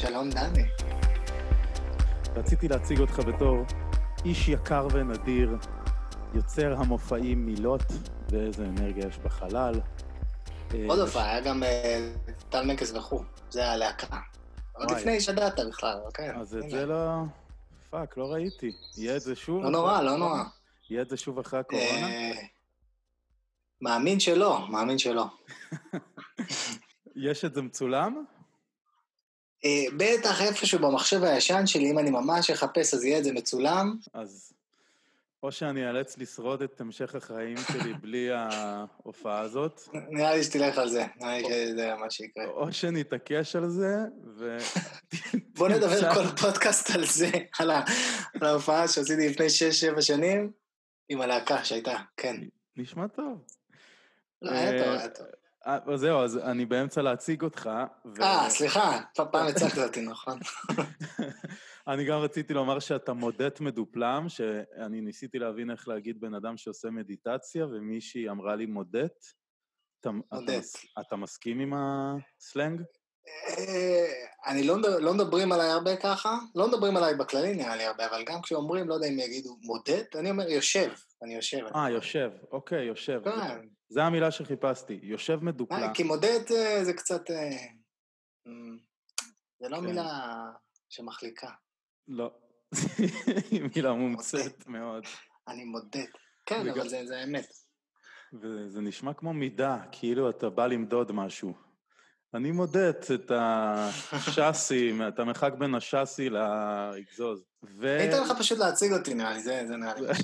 שלום דני. רציתי להציג אותך בתור איש יקר ונדיר, יוצר המופעים מילות, ואיזה אנרגיה יש בחלל. עוד הופעה, היה גם טל מקס וכו', זה הלהקה. עוד לפני שדעת בכלל, אוקיי. אז את זה לא... פאק, לא ראיתי. יהיה את זה שוב? לא נורא, לא נורא. יהיה את זה שוב אחרי הקורונה? מאמין שלא, מאמין שלא. יש את זה מצולם? בטח איפשהו במחשב הישן שלי, אם אני ממש אחפש, אז יהיה את זה מצולם. אז או שאני אאלץ לשרוד את המשך החיים שלי בלי ההופעה הזאת. נראה לי שתלך על זה, נראה לי שזה מה שיקרה. או שנתעקש על זה, ו... בוא נדבר כל פודקאסט על זה, על ההופעה שעשיתי לפני 6-7 שנים, עם הלהקה שהייתה, כן. נשמע טוב. לא, היה טוב, היה טוב. אז זהו, אז אני באמצע להציג אותך. סליחה, פעם הצגת אותי, נכון. אני גם רציתי לומר שאתה מודט מדופלם, שאני ניסיתי להבין איך להגיד בן אדם שעושה מדיטציה, ומישהי אמרה לי מודט. אתה מסכים עם הסלנג? אני לא מדברים עליי הרבה ככה, לא מדברים עליי בכללי נראה לי הרבה, אבל גם כשאומרים, לא יודע אם יגידו מודט, אני אומר יושב, אני יושב. יושב, אוקיי, יושב. זה המילה שחיפשתי, יושב מדופלם. כי מודט זה קצת, זה לא מילה שמחליקה. לא, היא מילה מומצאת מאוד. אני מודט, כן, אבל זה האמת. וזה נשמע כמו מידה, כאילו אתה בא למדוד משהו. אני מודט את השאסי, את המרחק בין השאסי לאגזוז. אני אתן לך פשוט להציג אותי, נראה לי, זה נראה לי.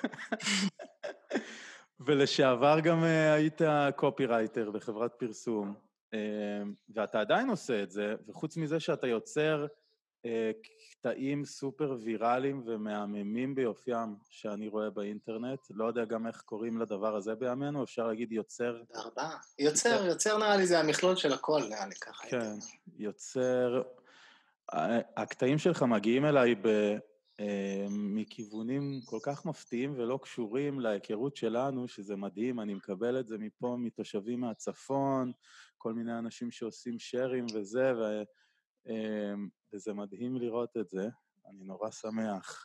ולשעבר גם היית קופירייטר בחברת פרסום, ואתה עדיין עושה את זה, וחוץ מזה שאתה יוצר קטעים סופר ויראליים ומהממים ביופיים שאני רואה באינטרנט, לא יודע גם איך קוראים לדבר הזה בימינו, אפשר להגיד יוצר... יוצר נראה לי זה המכלול של הכל, נראה לי ככה. כן, יוצר... הקטעים שלך מגיעים אליי מכיוונים כל כך מפתיעים ולא קשורים להיכרות שלנו, שזה מדהים, אני מקבל את זה מפה, מתושבים מהצפון, כל מיני אנשים שעושים שרים וזה, וזה מדהים לראות את זה, אני נורא שמח.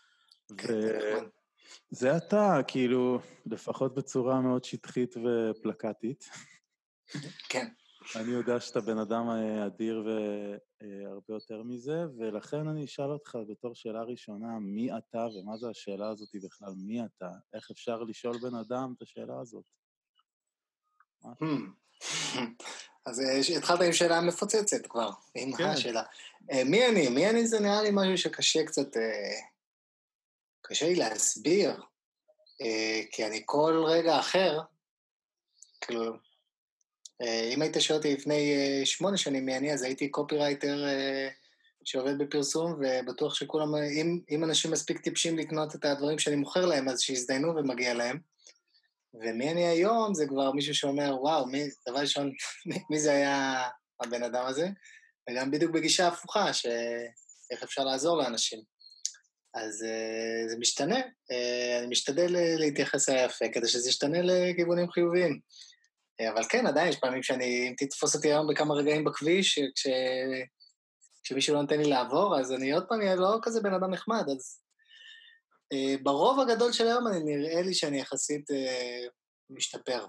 וזה אתה, כאילו, לפחות בצורה מאוד שטחית ופלקטית. כן. אני יודע שאתה בן אדם אדיר והרבה יותר מזה, ולכן אני אשאל אותך בתור שאלה ראשונה, מי אתה ומה זה השאלה הזאת בכלל, מי אתה? איך אפשר לשאול בן אדם את השאלה הזאת? אז התחלת עם שאלה מפוצצת כבר, עם השאלה. מי אני? מי אני זה נראה לי משהו שקשה קצת, קשה לי להסביר, כי אני כל רגע אחר, כאילו, אם היית שואל אותי לפני 8 שנים מי אני, אז הייתי קופירייטר שעובד בפרסום, ובטוח שכולם, אם אנשים מספיק טיפשים לקנות את הדברים שאני מוכר להם, אז שיזדיינו ומגיע להם. ומי אני היום זה כבר מישהו שאומר, וואו, דבר ראשון, מי זה היה הבן אדם הזה? וגם בדיוק בגישה הפוכה, שאיך אפשר לעזור לאנשים. אז זה משתנה, אני משתדל להתייחס היפה, כדי שזה ישתנה לכיוונים חיוביים. אבל כן, עדיין יש פעמים אם תתפוס אותי היום בכמה רגעים בכביש, כשמישהו לא נותן לי לעבור, אז אני עוד פעם לא כזה בן אדם נחמד, אז ברוב הגדול של היום אני נראה לי שאני יחסית משתפר.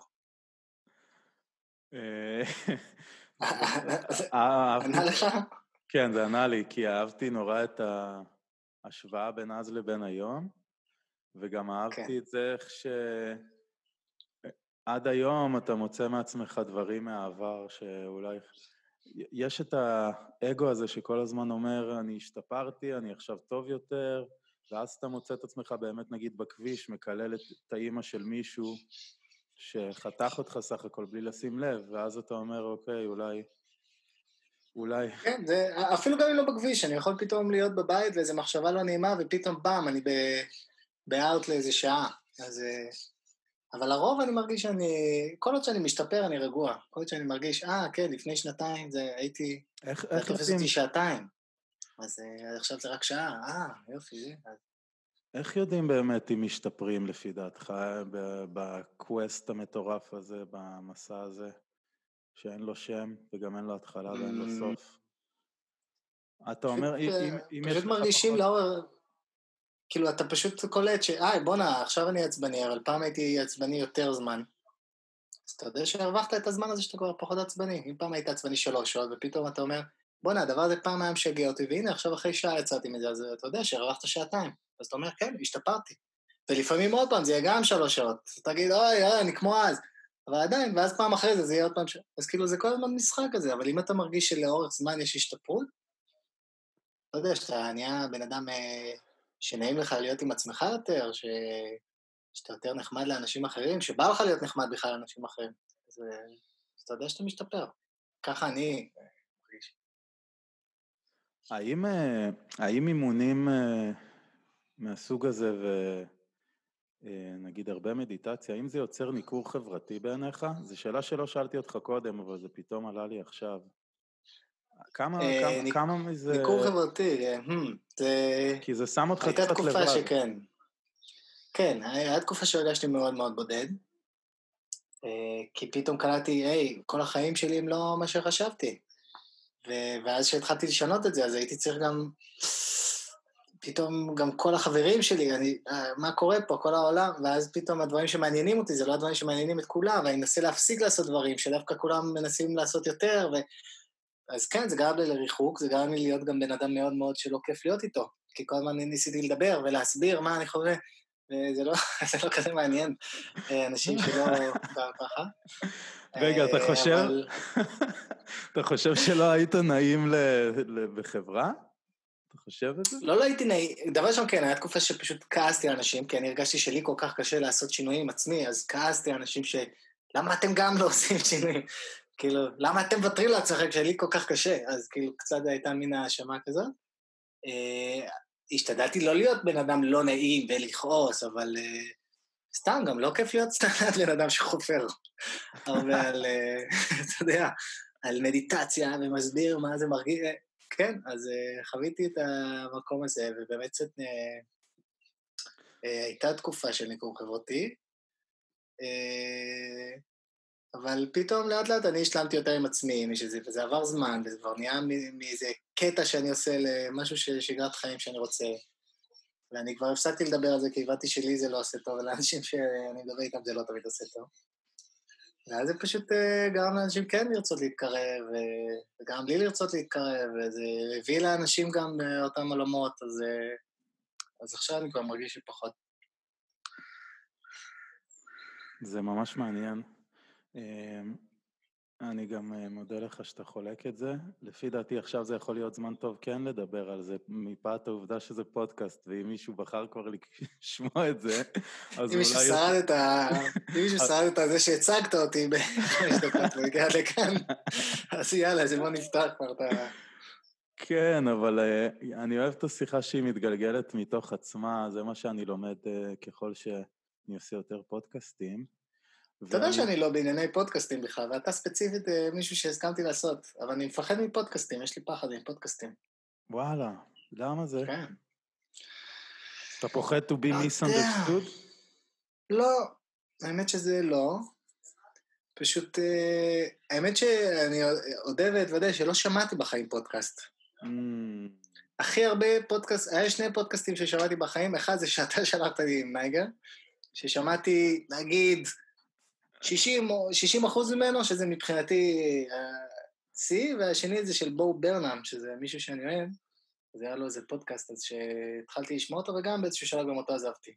ענה לך? כן, זה ענה לי, כי אהבתי נורא את ההשוואה בין אז לבין היום, וגם אהבתי את זה איך עד היום אתה מוצא מעצמך דברים מהעבר שאולי... יש את האגו הזה שכל הזמן אומר, אני השתפרתי, אני עכשיו טוב יותר, ואז אתה מוצא את עצמך באמת נגיד בכביש, מקלל את האמא של מישהו שחתך אותך סך הכל בלי לשים לב, ואז אתה אומר, אוקיי, אולי... כן, זה, אפילו גם אם לא בכביש, אני יכול פתאום להיות בבית ואיזו מחשבה לא נעימה, ופתאום פעם אני בארט לאיזה שעה, אז... אבל לרוב אני מרגיש כל עוד שאני משתפר אני רגוע, כל עוד שאני מרגיש, כן, לפני 2 זה הייתי, זה תופס אותי 2 אז עכשיו זה רק שעה, יופי, זה. איך יודעים באמת אם משתפרים לפי דעתך בקווסט המטורף הזה, במסע הזה, שאין לו שם וגם אין לו התחלה ואין לו סוף? אתה אומר, אם יש פשוט לך מרגישים פחות... לאור, כאילו אתה פשוט קולט בואנה, עכשיו אני עצבני, אבל פעם הייתי עצבני יותר זמן. אז אתה יודע שהרווחת את הזמן הזה שאתה כבר פחות עצבני. אם פעם היית עצבני 3 שעות, ופתאום אתה אומר, בואנה, הדבר הזה פעם היה משגע אותי, והנה, עכשיו אחרי שעה יצאתי מזה, אז אתה יודע שהרווחת 2 שעות. אז אתה אומר, כן, השתפרתי. ולפעמים עוד פעם, זה יהיה גם 3 שעות. אז תגיד, אוי, אני כמו אז. אבל עדיין, ואז פעם אחרי זה, זה יהיה עוד פעם אז כאילו, זה כל הזמן משחק כזה, אבל אם אתה מרגיש שלאורך זמן יש השתפרות, אתה יודע, שאתה נהיה בן אדם שנעים לך להיות עם עצמך יותר, שאתה יותר נחמד לאנשים אחרים, שבא לך להיות נחמד בכלל לאנשים אחרים. אז אתה יודע שאתה משתפר. ככה אני מרגיש. האם אימונים מהסוג הזה ונגיד הרבה מדיטציה, האם זה יוצר ניכור חברתי בעיניך? זו שאלה שלא שאלתי אותך קודם, אבל זה פתאום עלה לי עכשיו. כמה מזה... ניכור חברתי, כי זה שם אותך הייתה קצת תקופה לבד. שכן. כן, הייתה תקופה שהרגשתי מאוד מאוד בודד, כי פתאום קלטתי, כל החיים שלי הם לא מה שחשבתי. ואז שהתחלתי לשנות את זה, אז הייתי צריך גם... פתאום גם כל החברים שלי, מה קורה פה, כל העולם, ואז פתאום הדברים שמעניינים אותי, זה לא הדברים שמעניינים את כולם, ואני מנסה להפסיק לעשות דברים, שדווקא כולם מנסים לעשות יותר, אז כן, זה גרם לי לריחוק, זה גרם לי להיות גם בן אדם מאוד מאוד שלא כיף להיות איתו, כי כל הזמן ניסיתי לדבר ולהסביר מה אני חווה, וזה לא כזה מעניין, אנשים שלא ככה. רגע, אתה חושב שלא היית נעים בחברה? אתה חושב את זה? לא הייתי נעים, דבר שם כן, היה תקופה שפשוט כעסתי על אנשים, כי אני הרגשתי שלי כל כך קשה לעשות שינויים עם עצמי, אז כעסתי על אנשים למה אתם גם לא עושים שינויים? כאילו, למה אתם מוותרים לעצמכם כשלי כל כך קשה? אז כאילו, קצת הייתה מין האשמה כזאת. השתדלתי לא להיות בן אדם לא נעים ולכעוס, אבל סתם, גם לא כיף להיות סתם בן אדם שחופר. הרבה על, אתה יודע, על מדיטציה ומסביר מה זה מרגיש. כן, אז חוויתי את המקום הזה, ובאמת הייתה תקופה של ניכור חברתי, אבל פתאום לאט לאט אני השלמתי יותר עם עצמי, וזה עבר זמן, וזה כבר נהיה מאיזה קטע שאני עושה למשהו שגרת חיים שאני רוצה, ואני כבר הפסקתי לדבר על זה, כי הבנתי שלי זה לא עושה טוב, ולאנשים שאני מדבר איתם זה לא תמיד עושה טוב. ואז זה פשוט גרם לאנשים כן לרצות להתקרב, וגם לי לרצות להתקרב, וזה הביא לאנשים גם אותם עולמות, אז עכשיו אני כבר מרגיש שפחות. זה ממש מעניין. אני גם מודה לך שאתה חולק את זה. לפי דעתי עכשיו זה יכול להיות זמן טוב כן לדבר על זה, מפאת העובדה שזה פודקאסט, ואם מישהו בחר כבר לשמוע את זה, אז אם מישהו שרד את זה שהצגת אותי ב5 דקות והגיע לכאן, אז יאללה, אז בוא נפתח כבר את ה... כן, אבל אני אוהב את השיחה שהיא מתגלגלת מתוך עצמה, זה מה שאני לומד ככל שאני עושה יותר פודקאסטים. אתה יודע שאני לא בענייני פודקאסטים בכלל, ואתה ספציפית מישהו שהסכמתי לעשות, אבל אני מפחד מפודקאסטים, יש לי פחד עם פודקאסטים. וואלה, למה זה? כן. אתה פוחד to be misunderstood? לא, האמת שזה לא. פשוט, האמת שאני אודה ואתוודה שלא שמעתי בחיים פודקאסט. הכי הרבה פודקאסט, היה 2 פודקאסטים ששמעתי בחיים, אחד זה שאתה שלחת לי עם נייגר, ששמעתי, נגיד, 60% ממנו, שזה מבחינתי C, והשני זה של בואו ברנאם, שזה מישהו שאני אוהב, אז היה לו איזה פודקאסט, אז שהתחלתי לשמוע אותו, וגם באיזשהו שלב גם אותו עזבתי.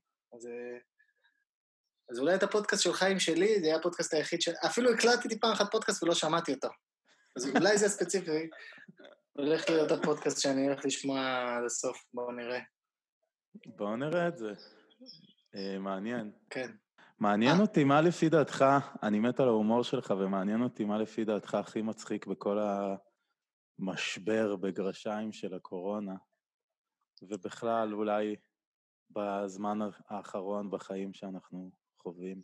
אז אולי את הפודקאסט של חיים שלי, זה היה הפודקאסט היחיד אפילו הקלטתי פעם אחת פודקאסט ולא שמעתי אותו. אז אולי זה ספציפי, הולך להיות הפודקאסט שאני הולך לשמוע עד הסוף, בואו נראה. בואו נראה את זה. מעניין. כן. מעניין אותי מה לפי דעתך, אני מת על ההומור שלך, ומעניין אותי מה לפי דעתך הכי מצחיק בכל המשבר בגרשיים של הקורונה, ובכלל אולי בזמן האחרון בחיים שאנחנו חווים.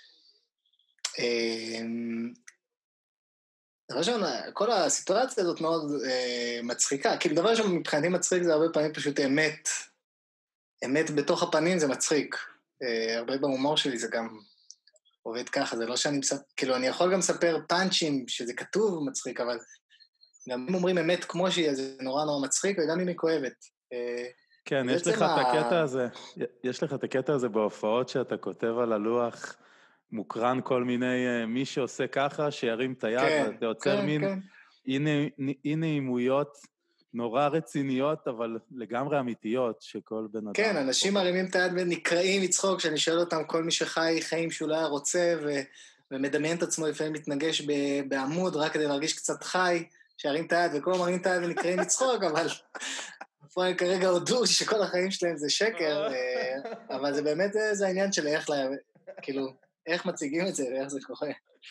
דבר ראשון, כל הסיטואציה הזאת מאוד מצחיקה, כי דבר ראשון מבחינתי מצחיק זה הרבה פעמים פשוט אמת, אמת בתוך הפנים זה מצחיק, הרבה בהומור שלי זה גם עובד ככה, זה לא שאני כאילו אני יכול גם לספר פאנצ'ים שזה כתוב מצחיק, אבל גם אם אומרים אמת כמו שהיא, זה נורא נורא מצחיק, וגם אם היא כואבת. כן, יש לך את הקטע הזה בהופעות שאתה כותב על הלוח, מוקרן כל מיני, מי שעושה ככה, שירים את היד, ואתה יוצר מין אי נעימויות נורא רציניות, אבל לגמרי אמיתיות, שכל בן אדם... כן, אנשים מרימים את היד ונקראים מצחוק, כשאני שואל אותם, כל מי שחי חיים שהוא לא היה רוצה, ומדמיין את עצמו לפעמים מתנגש בעמוד, רק כדי להרגיש קצת חי, שירים את היד, וכולם מרימים את היד ונקראים מצחוק, אבל... פה הם כרגע הודו שכל החיים שלהם זה שקר, אבל זה באמת, זה העניין של איך, כאילו, איך מציגים את זה ואיך זה קורה.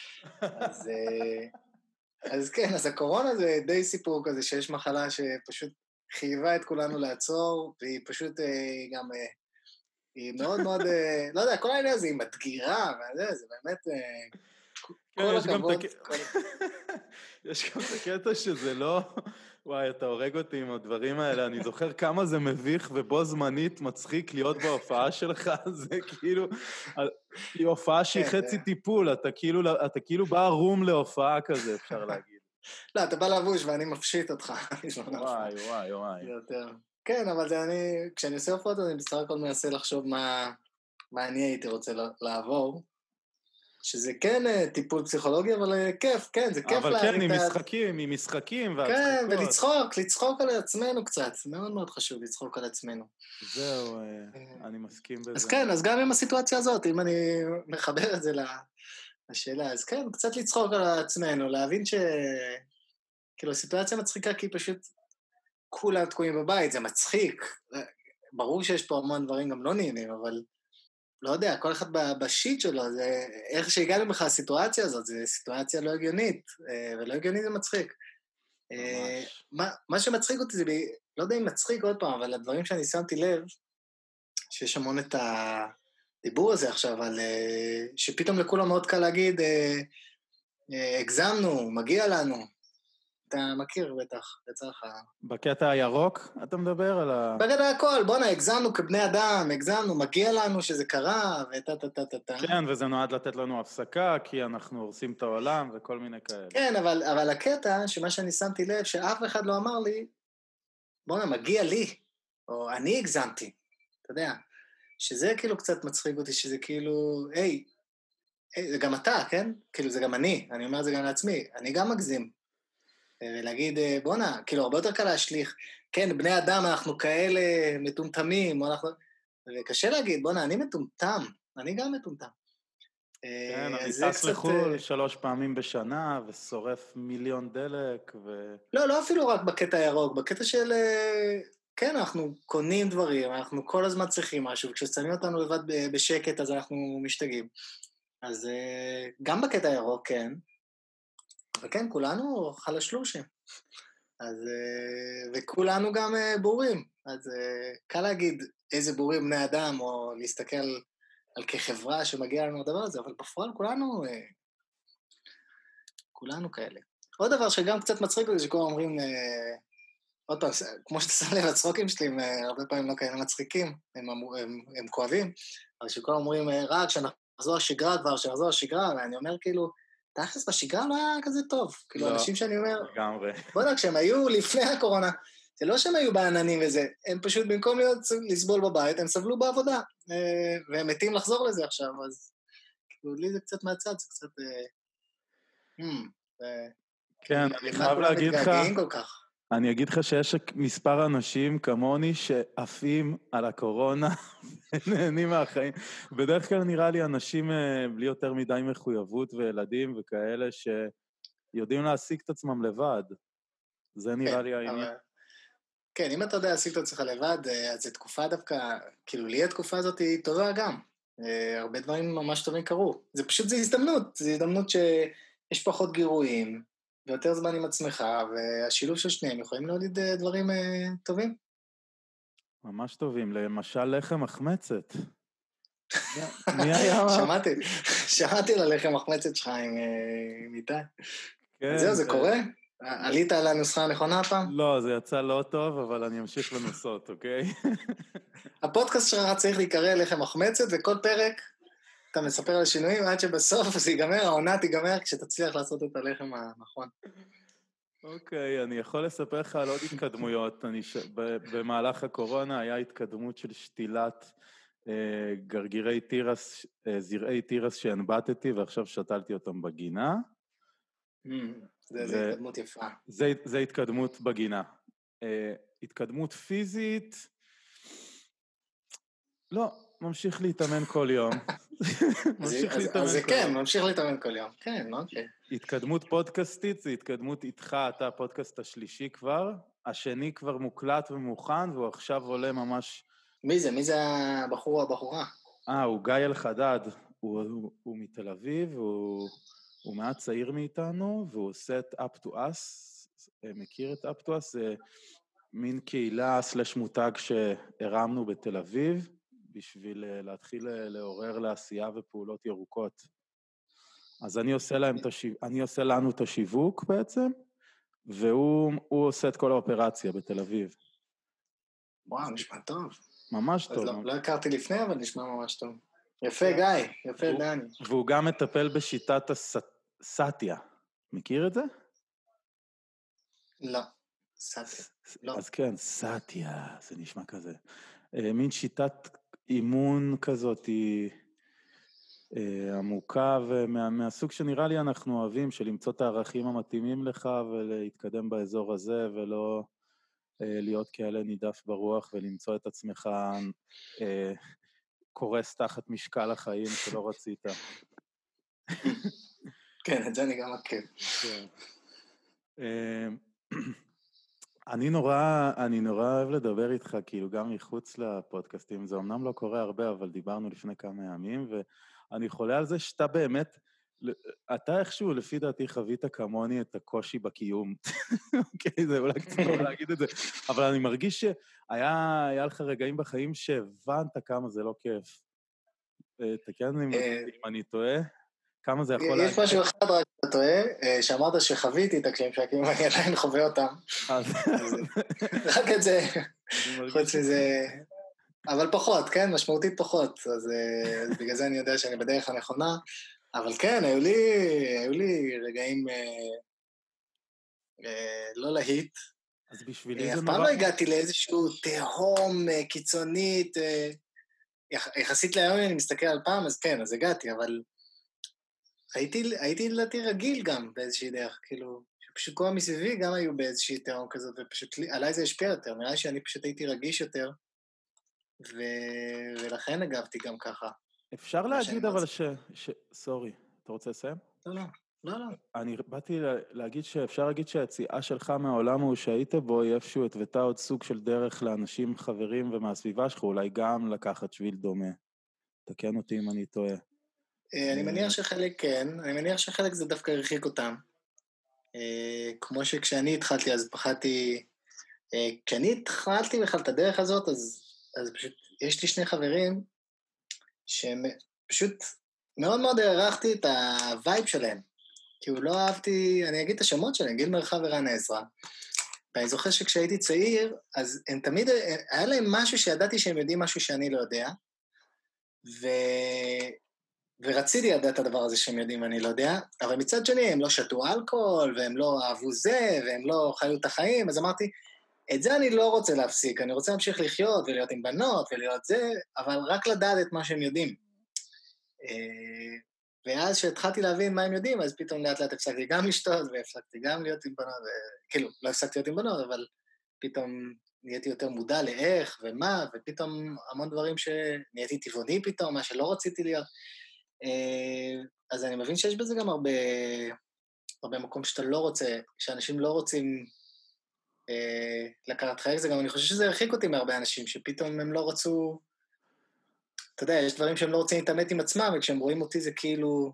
אז כן, אז הקורונה זה די סיפור כזה, שיש מחלה שפשוט חייבה את כולנו לעצור, והיא פשוט גם, היא מאוד מאוד, לא יודע, כל העניין הזה היא מדגירה, וזה באמת, כל הכבוד. יש גם את הקטע שזה לא... וואי, אתה הורג אותי עם הדברים האלה, אני זוכר כמה זה מביך ובו זמנית מצחיק להיות בהופעה שלך, זה כאילו, היא הופעה שהיא חצי טיפול, אתה כאילו בא רום להופעה כזה, אפשר להגיד. לא, אתה בא לבוש ואני מפשיט אותך. וואי. כן, אבל כשאני עושה הופעות, אני בסך הכל מנסה לחשוב מה אני הייתי רוצה לעבור, שזה כן טיפול פסיכולוגי, אבל כיף, כן, זה כיף אבל כן, עם משחקים כן, ולצחוק על עצמנו קצת, מאוד מאוד חשוב לצחוק על עצמנו. זהו, אני מסכים בזה. אז כן, אז גם עם הסיטואציה הזאת, אם אני מחבר את זה לשאלה, אז כן, קצת לצחוק על עצמנו, להבין כאילו, הסיטואציה מצחיקה כי פשוט כולם תקועים בבית, זה מצחיק, ברור שיש פה המון דברים גם לא נעימים, אבל... לא יודע, כל אחד בשיט שלו, זה איך שהגענו בכלל הסיטואציה הזאת, זה סיטואציה לא הגיונית, ולא הגיונית זה מצחיק. מה שמצחיק אותי זה, לא יודע אם מצחיק עוד פעם, אבל הדברים שאני שמתי לב, שיש המון את הדיבור הזה עכשיו, על שפתאום לכולם מאוד קל להגיד, הגזמנו, מגיע לנו. אתה מכיר בטח, יצאך. בקטע הירוק אתה מדבר על ה... בקטע הכל, בוא'נה, הגזמנו כבני אדם, הגזמנו, מגיע לנו שזה קרה, וטה. כן, וזה נועד לתת לנו הפסקה, כי אנחנו הורסים את העולם וכל מיני כאלה. כן, אבל הקטע, שמה שאני שמתי לב, שאף אחד לא אמר לי, בוא'נה, מגיע לי, או אני הגזמתי, אתה יודע, שזה כאילו קצת מצחיק אותי, שזה כאילו, היי, זה גם אתה, כן? כאילו, זה גם אני אומר את זה גם לעצמי, אני גם מגזים. ולהגיד, בוא'נה, כאילו, הרבה יותר קל להשליך, כן, בני אדם, אנחנו כאלה מטומטמים, וקשה להגיד, בוא'נה, אני מטומטם, אני גם מטומטם. כן, אני טס לחול 3 פעמים בשנה, ושורף מיליון דלק, לא אפילו רק בקטע הירוק, בקטע של, כן, אנחנו קונים דברים, אנחנו כל הזמן צריכים משהו, וכששמים אותנו לבד בשקט, אז אנחנו משתגעים. אז גם בקטע הירוק, כן, וכן, כולנו חלשלושים. אז, וכולנו גם בורים. אז קל להגיד איזה בורים בני אדם, או להסתכל על כחברה שמגיע לנו הדבר הזה, אבל בפועל כולנו כאלה. עוד דבר שגם קצת מצחיק לי, שכל אומרים, עוד פעם, כמו שאתה שם לב, הצחוקים שלי, הרבה פעמים לא כאלה מצחיקים, הם כואבים, אבל שכל אומרים, רק שנחזור השגרה, ואני אומר כאילו, תכלס בשגרה לא היה כזה טוב. כאילו, אנשים שאני אומר... לגמרי. בוא יודע, כשהם היו לפני הקורונה, זה לא שהם היו בעננים וזה, הם פשוט במקום לסבול בבית, הם סבלו בעבודה, והם מתים לחזור לזה עכשיו, אז כאילו, לי זה קצת מהצד, זה קצת... כן, אני חייב להגיד לך... אני אגיד לך שיש מספר אנשים כמוני שעפים על הקורונה ונהנים מהחיים. בדרך כלל נראה לי אנשים בלי יותר מדי מחויבות וילדים וכאלה שיודעים להשיג את עצמם לבד. זה נראה לי העניין. כן, אם אתה יודע להשיג את עצמך לבד, אז זו תקופה דווקא, כאילו לי התקופה הזאת היא טובה גם. הרבה דברים ממש טובים קרו. זה פשוט, זה הזדמנות שיש פחות גירויים, ויותר זמן עם עצמך, והשילוב של שניהם יכולים להוליד דברים טובים. ממש טובים, למשל לחם מחמצת. מי היה? שמעתי על הלחם מחמצת שלך עם איתי. זהו, זה קורה? עלית על הנוסחה הנכונה הפעם? לא, זה יצא לא טוב, אבל אני אמשיך לנסות, אוקיי? הפודקאסט שלך צריך להיקרא לחם מחמצת, וכל פרק אתה מספר על השינויים, עד שבסוף זה ייגמר, העונה תיגמר, כשתצליח לעשות את הלחם הנכון. אוקיי, אני יכול לספר לך על עוד התקדמויות. במהלך הקורונה היה התקדמות של שתילת גרגירי תירס, זרעי תירס שהנבטתי, ועכשיו שתלתי אותם בגינה. זה התקדמות יפה. זה התקדמות בגינה. התקדמות פיזית, לא, ממשיך להתאמן כל יום. אז זה כן, ממשיך להתאמן כל יום. כן, אוקיי. התקדמות פודקאסטית, זה התקדמות איתך, אתה הפודקאסט השלישי כבר, השני כבר מוקלט ומוכן, והוא עכשיו עולה ממש... מי זה? מי זה הבחור או הבחורה? הוא גיא אלחדד, הוא מתל אביב, הוא מעט צעיר מאיתנו, והוא עושה את Up to Us, מכיר את Up to Us? זה מין קהילה סלש מותג שהרמנו בתל אביב, בשביל להתחיל לעורר לעשייה ופעולות ירוקות. אז אני עושה לנו את השיווק בעצם, והוא עושה את כל האופרציה בתל אביב. וואו, נשמע טוב. ממש טוב. לא הכרתי לפני, אבל נשמע ממש טוב. יפה גיא, יפה דני. והוא גם מטפל בשיטת הסאטיה. מכיר את זה? לא, סאטיה. לא. אז כן, סאטיה, זה נשמע כזה. מין שיטת אימון כזאת היא עמוקה, ומהסוג שנראה לי אנחנו אוהבים, של למצוא את הערכים המתאימים לך ולהתקדם באזור הזה, ולא להיות כאלה נידף ברוח ולמצוא את עצמך קורס תחת משקל החיים שלא רצית. כן, את זה אני גם מכיר. אני נורא אוהב לדבר איתך, כאילו גם מחוץ לפודקאסטים, זה אמנם לא קורה הרבה, אבל דיברנו לפני כמה ימים, ואני חולה על זה שאתה באמת, אתה איכשהו לפי דעתי חווית כמוני את הקושי בקיום. אוקיי, זה אולי קצת לא להגיד את זה, אבל אני מרגיש שהיה לך רגעים בחיים שהבנת כמה זה לא כיף. תקן אם אני טועה. כמה זה יכול להגיד? יש משהו אחד רק שאתה טועה, שאמרת שחוויתי את הקשיים שהקיום, אני עדיין חווה אותם. רק את זה, חוץ מזה, אבל פחות, כן? משמעותית פחות, אז בגלל זה אני יודע שאני בדרך הנכונה, אבל כן, היו לי רגעים לא להיט. אז בשבילי זה נורא... אף פעם לא הגעתי לאיזשהו תהום קיצונית, יחסית להיום אני מסתכל על פעם, אז כן, אז הגעתי, אבל... הייתי לדעתי רגיל גם באיזושהי דרך, כאילו, שפשוט כל מסביבי גם היו באיזושהי תהום כזאת, ופשוט עליי זה השפיע יותר, נראה לי שאני פשוט הייתי רגיש יותר, ולכן הגבתי גם ככה. אפשר להגיד אבל סורי, אתה רוצה לסיים? לא. אני באתי להגיד שאפשר להגיד שהיציאה שלך מהעולם הוא שהיית בו, היא איפשהו התוותה עוד סוג של דרך לאנשים חברים ומהסביבה שלך, אולי גם לקחת שביל דומה. תקן אותי אם אני טועה. אני מניח שחלק כן, אני מניח שחלק זה דווקא הרחיק אותם. כמו שכשאני התחלתי, אז פחדתי, כשאני התחלתי בכלל את הדרך הזאת, אז פשוט, יש לי שני חברים, שהם פשוט מאוד מאוד הערכתי את הווייב שלהם, כי הוא לא אהבתי, אני אגיד את השמות שלהם, גיל מרחב ורן עזרא, ואני זוכר שכשהייתי צעיר, אז הם תמיד, היה להם משהו שידעתי שהם יודעים משהו שאני לא יודע, ורציתי לדעת את הדבר הזה שהם יודעים ואני לא יודע, אבל מצד שני הם לא שתו אלכוהול, והם לא אהבו זה, והם לא חיו את החיים, אז אמרתי, את זה אני לא רוצה להפסיק, אני רוצה להמשיך לחיות ולהיות עם בנות ולהיות זה, אבל רק לדעת את מה שהם יודעים. ואז שהתחלתי להבין מה הם יודעים, אז פתאום לאט לאט הפסקתי גם לשתות, והפסקתי גם להיות עם בנות, כאילו, לא הפסקתי להיות עם בנות, אבל פתאום נהייתי יותר מודע לאיך ומה, ופתאום המון דברים שנהייתי טבעוני פתאום, מה שלא רציתי להיות. אז אני מבין שיש בזה גם הרבה מקום שאתה לא רוצה, שאנשים לא רוצים לקחת חלק, זה גם, אני חושב שזה הרחיק אותי מהרבה אנשים, שפתאום הם לא רצו, אתה יודע, יש דברים שהם לא רוצים להתאמת עם עצמם, וכשהם רואים אותי זה כאילו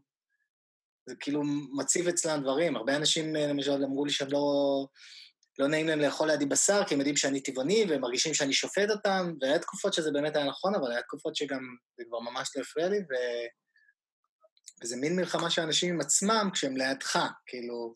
מציב אצלם דברים. הרבה אנשים למשל אמרו לי שהם לא נעים להם לאכול לידי בשר, כי הם יודעים שאני טבעוני, והם מרגישים שאני שופט אותם, והיה תקופות שזה באמת היה נכון, אבל היה תקופות שגם זה כבר ממש לא הפריע לי, וזה מין מלחמה של אנשים עם עצמם, כשהם לידך, כאילו,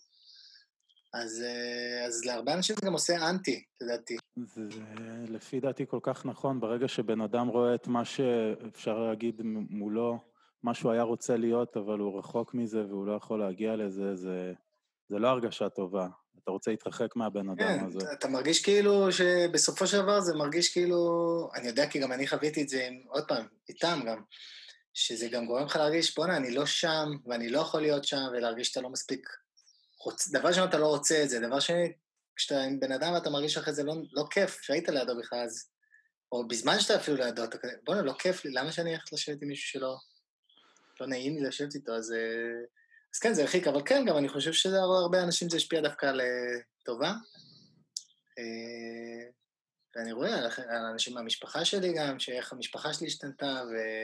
אז להרבה אנשים זה גם עושה אנטי, לדעתי. זה לפי דעתי כל כך נכון, ברגע שבן אדם רואה את מה שאפשר להגיד מולו, מה שהוא היה רוצה להיות, אבל הוא רחוק מזה והוא לא יכול להגיע לזה, זה לא הרגשה טובה. אתה רוצה להתרחק מהבן אדם כן, הזה. אתה מרגיש כאילו שבסופו של דבר זה מרגיש כאילו, אני יודע כי גם אני חוויתי את זה עוד פעם, איתם גם, שזה גם גורם לך להרגיש, בוא'נה, אני לא שם, ואני לא יכול להיות שם, ולהרגיש שאתה לא מספיק דבר שני, אתה לא רוצה את זה, דבר שני, כשאתה עם בן אדם ואתה מרגיש אחרי זה לא כיף, שהיית לידו בכלל, אז, או בזמן שאתה אפילו לידו, אתה כזה, בוא'נה, לא כיף לי, למה שאני הולכת לשבת עם מישהו שלא לא נעים לי לשבת איתו, אז כן, זה הרחיק, אבל כן, גם אני חושב שזה הרבה אנשים זה השפיע דווקא לטובה, ואני רואה על אנשים מהמשפחה שלי גם, שאיך המשפחה שלי השתנתה,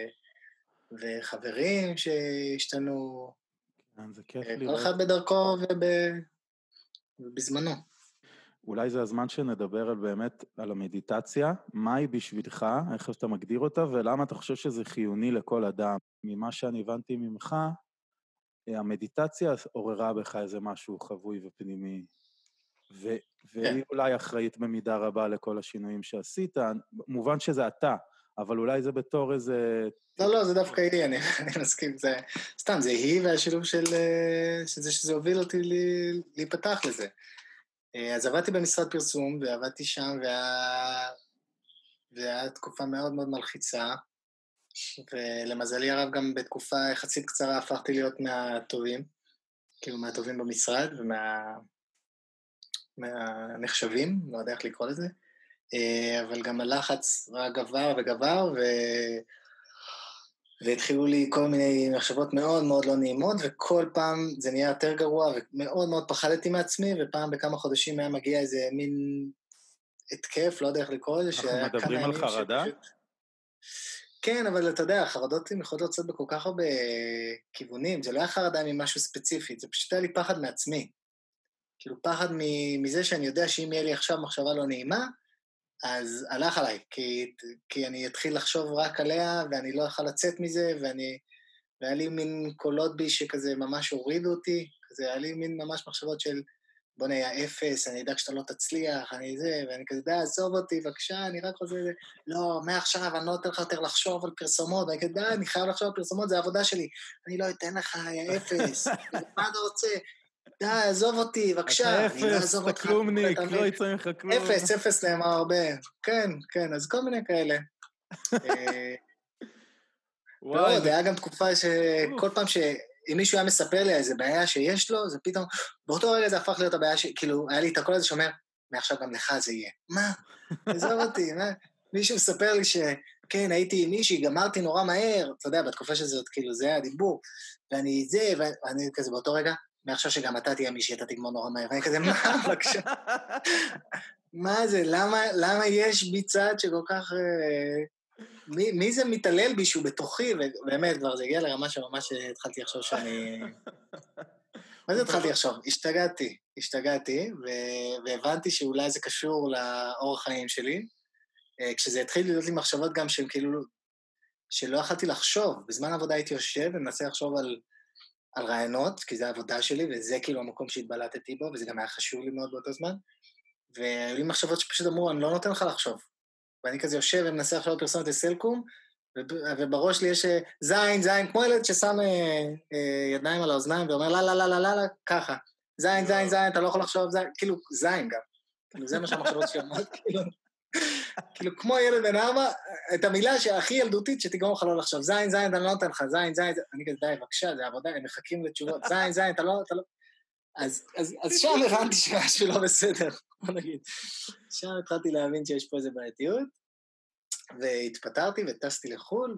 וחברים שהשתנו, זה כיף כל לראות. אחד בדרכו ובזמנו. אולי זה הזמן שנדבר על באמת, על המדיטציה, מה היא בשבילך, איך אתה מגדיר אותה, ולמה אתה חושב שזה חיוני לכל אדם. ממה שאני הבנתי ממך, המדיטציה עוררה בך איזה משהו חבוי ופנימי, והיא אולי אחראית במידה רבה לכל השינויים שעשית, מובן שזה אתה, אבל אולי זה בתור איזה... לא, זה דווקא היא, אני מסכים, זה סתם, זה היא והשילוב של זה שזה הוביל אותי להיפתח לזה. אז עבדתי במשרד פרסום, ועבדתי שם, והיה תקופה מאוד מאוד מלחיצה, ולמזלי הרב גם בתקופה יחסית קצרה הפכתי להיות מהטובים, כאילו מהטובים במשרד, מהנחשבים, לא יודע איך לקרוא לזה, אבל גם הלחץ רק גבר וגבר, והתחילו לי כל מיני מחשבות מאוד מאוד לא נעימות, וכל פעם זה נהיה יותר גרוע, ומאוד מאוד פחדתי מעצמי, ופעם בכמה חודשים היה מגיע איזה מין התקף, לא יודע איך לקרוא לזה, אנחנו מדברים על חרדה? כן, אבל אתה יודע, החרדות יכולות לצאת בכל כך הרבה כיוונים, זה לא היה חרדה ממשהו ספציפי, זה פשוט היה לי פחד מעצמי. כאילו פחד מזה שאני יודע שאם יהיה לי עכשיו מחשבה לא נעימה, אז הלך עליי, כי אני אתחיל לחשוב רק עליה, ואני לא אוכל לצאת מזה, והיה לי מין קולות בי שכזה ממש הורידו אותי, כזה היה לי מין ממש מחשבות של, בוא נהיה אפס, אני אדאג שאתה לא תצליח, אני זה, ואני כזה, די, עזוב אותי, בבקשה, אני רק רוצה, לא, מעכשיו אני לא אתן לך יותר לחשוב על פרסומות, ואני כזה, די, אני חייב לחשוב על פרסומות, זה העבודה שלי, אני לא אתן לך, יא אפס, מה אתה רוצה? די, עזוב אותי, בבקשה, אני לא אעזוב אותך. אתה כלומניק, לא יצא ממך כלום. אפס נאמר הרבה, כן, אז כל מיני כאלה. לא, זה היה גם תקופה שכל פעם אם מישהו היה מספר לי איזה בעיה שיש לו, זה פתאום, באותו רגע זה הפך להיות הבעיה כאילו, היה לי את הקול הזה שאומר, מעכשיו גם לך זה יהיה. מה? עזוב אותי, מה? מישהו מספר לי שכן, הייתי עם מישהי, גמרתי נורא מהר, אתה יודע, בתקופה שזאת, כאילו, זה היה הדיבור, ואני כזה באותו רגע, מעכשיו שגם אתה תהיה מישהי, אתה תגמור נורא מהר, ואני כזה, מה, בבקשה? מה זה, למה יש בי צד שכל כך... מי זה מתעלל בי שהוא בתוכי, ובאמת כבר זה הגיע לרמה שממש התחלתי לחשוב שאני... מה זה התחלתי לחשוב? השתגעתי, והבנתי שאולי זה קשור לאורח חיים שלי, כשזה התחיל להיות לי מחשבות גם שהן כאילו, שלא יכלתי לחשוב, בזמן העבודה הייתי יושב ומנסה לחשוב על רעיונות, כי זה העבודה שלי, וזה כאילו המקום שהתבלטתי בו, וזה גם היה חשוב לי מאוד באותו זמן, והיו לי מחשבות שפשוט אמרו, אני לא נותן לך לחשוב. ואני כזה יושב ומנסה עכשיו פרסומת לסלקום, ובראש לי יש זין, כמו ילד ששם ידיים על האוזניים ואומר לא, ככה. זין, אתה לא יכול לחשוב, כאילו זין גם. כאילו זה מה שהמחשבות שלי אומרות, כאילו כמו ילד בן 4, את המילה שהכי ילדותית שתגרום לך לא לחשוב, זין, אני לא נותן לך, זין, אני כזה די, בבקשה, זה עבודה, הם מחכים לתשובות, זין, אתה לא... אז שם הבנתי שמשהו לא בסדר, בוא נגיד. שם התחלתי להבין שיש פה איזו בעייתיות, והתפטרתי וטסתי לחול,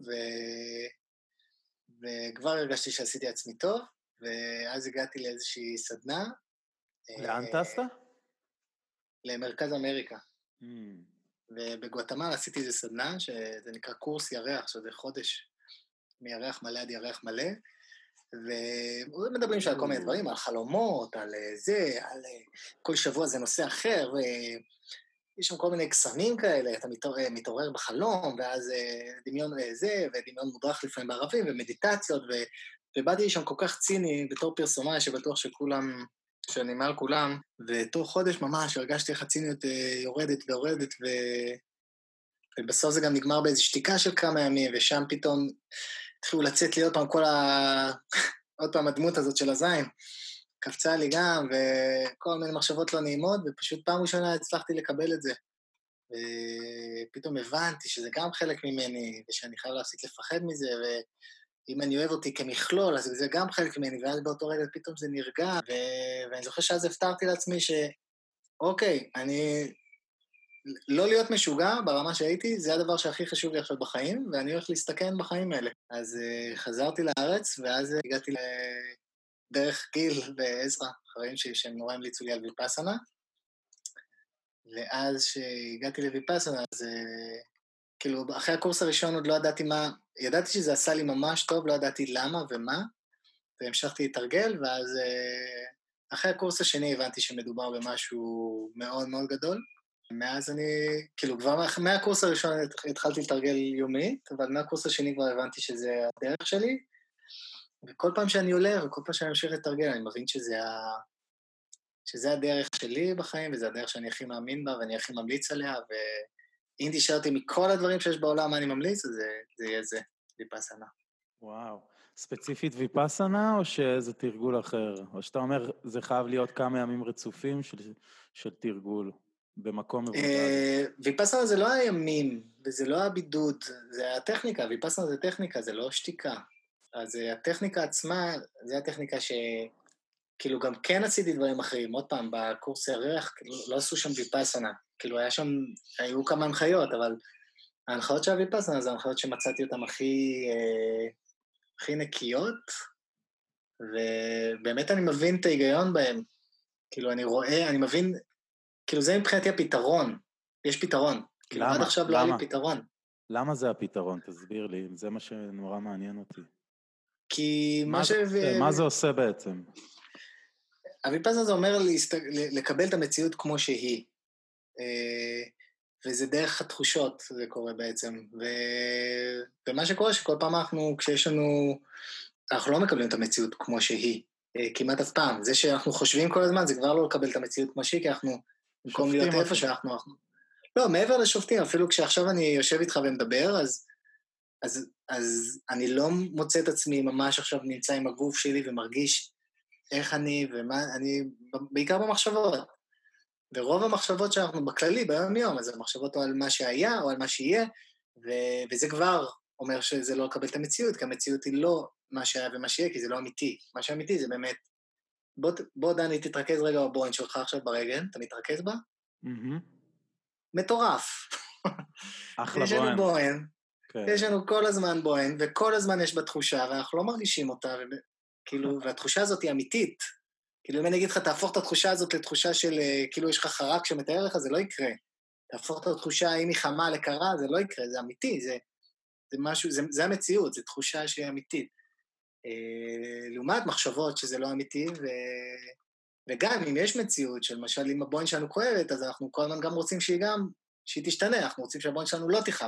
וכבר הרגשתי שעשיתי עצמי טוב, ואז הגעתי לאיזושהי סדנה. לאן טסת? למרכז אמריקה. ובגואטמלה עשיתי איזו סדנה, שזה נקרא קורס ירח, שזה חודש מירח מלא עד ירח מלא, ומדברים על כל מיני דברים, על חלומות, על זה, על כל שבוע זה נושא אחר, ויש שם כל מיני קסמים כאלה, אתה מתעורר בחלום, ואז דמיון זה, ודמיון מודרך לפעמים בערבים, ומדיטציות, ובאתי שם כל כך ציני בתור פרסומאי, שבטוח שכולם, שאני מעל כולם, ותוך חודש ממש הרגשתי איך הציניות יורדת, ובסוף זה גם נגמר באיזו שתיקה של כמה ימים, ושם פתאום התחילו לצאת לי עוד פעם עוד פעם הדמות הזאת של הזין, קפצה לי גם, וכל מיני מחשבות לא נעימות, ופשוט פעם ראשונה הצלחתי לקבל את זה. ופתאום הבנתי שזה גם חלק ממני, ושאני חייב להפסיק לפחד מזה, ואם אני אוהב אותי כמכלול, אז זה גם חלק ממני, ואז באותו רגע פתאום זה נרגע, ואני זוכר שאז הפתרתי לעצמי אוקיי, אני... לא להיות משוגע ברמה שהייתי, זה הדבר שהכי חשוב לי עכשיו בחיים, ואני הולך להסתכן בחיים האלה. אז חזרתי לארץ, ואז הגעתי לדרך גיל ועזרא, חברים שלי שהם נורא המליצו לי על ויפאסנה, ואז שהגעתי לויפאסנה, אז כאילו, אחרי הקורס הראשון עוד לא ידעתי מה, ידעתי שזה עשה לי ממש טוב, לא ידעתי למה ומה, והמשכתי להתרגל, ואז אחרי הקורס השני הבנתי שמדובר במשהו מאוד מאוד גדול. מאז אני, כאילו כבר מהקורס הראשון התחלתי לתרגל יומית, אבל מהקורס השני כבר הבנתי שזה הדרך שלי, וכל פעם שאני עולה וכל פעם שאני ממשיך לתרגל, אני מבין שזה הדרך שלי בחיים, וזה הדרך שאני הכי מאמין בה, ואני הכי ממליץ עליה, ואם תשארתי מכל הדברים שיש בעולם מה אני ממליץ, אז זה יהיה זה, ויפאסנה. וואו. ספציפית ויפאסנה, או שזה תרגול אחר? או שאתה אומר, זה חייב להיות כמה ימים רצופים של תרגול במקום מבודד? ויפאסנה זה לא הימים, וזה לא הבידוד, זה הטכניקה, ויפאסנה זה טכניקה, זה לא שתיקה. אז הטכניקה עצמה, זה הטכניקה כאילו גם כן עשיתי דברים אחרים, עוד פעם, בקורס הירח, לא עשו שם ויפאסנה, כאילו היו כמה הנחיות, אבל ההנחיות של הויפאסנה זה ההנחיות שמצאתי אותן הכי נקיות, ובאמת אני מבין את ההיגיון בהם, כאילו אני רואה, אני מבין, כאילו זה מבחינתי הפתרון, יש פתרון, כאילו עד עכשיו לא היה לי פתרון. למה זה הפתרון? תסביר לי, זה מה שנורא מעניין אותי. כי מה זה עושה בעצם? הויפאסנה זה אומר לקבל את המציאות כמו שהיא, וזה דרך התחושות זה קורה בעצם, ומה שקורה שכל פעם כשיש לנו, אנחנו לא מקבלים את המציאות כמו שהיא, כמעט אף פעם, זה שאנחנו חושבים כל הזמן זה כבר לא לקבל את המציאות כמו שהיא, כי אנחנו, במקום להיות איפה שאנחנו, לא, מעבר לשופטים, אפילו כשעכשיו אני יושב איתך ומדבר, אז אני לא מוצא את עצמי ממש עכשיו נמצא עם הגוף שלי ומרגיש איך אני ומה, אני בעיקר במחשבות. ורוב המחשבות שאנחנו בכללי ביום יום, אז המחשבות או על מה שהיה או על מה שיהיה, וזה כבר אומר שזה לא לקבל את המציאות, כי המציאות היא לא מה שהיה ומה שיהיה, כי זה לא אמיתי. מה שאמיתי זה באמת, בוא דני תתרכז רגע בבוין שלך עכשיו ברגל, אתה מתרכז בה? מטורף. אחלה יש לנו בוין, כן. יש לנו כל הזמן בוין, וכל הזמן יש בה תחושה, ואנחנו לא מרגישים אותה, כאילו, והתחושה הזאת היא אמיתית. כאילו, אם אני אגיד לך, תהפוך את התחושה הזאת לתחושה של, כאילו, יש לך חרק שמתאר לך, זה לא יקרה. תהפוך את התחושה, אם היא חמה לקרה, זה לא יקרה, זה אמיתי, זה משהו, זה המציאות, זה תחושה שהיא אמיתית. לעומת מחשבות שזה לא אמיתי, וגם אם יש מציאות, שלמשל, אם הבוין שלנו כואבת, אז אנחנו כל הזמן גם רוצים שהיא תשתנה, אנחנו רוצים שהבוין שלנו לא תכאב.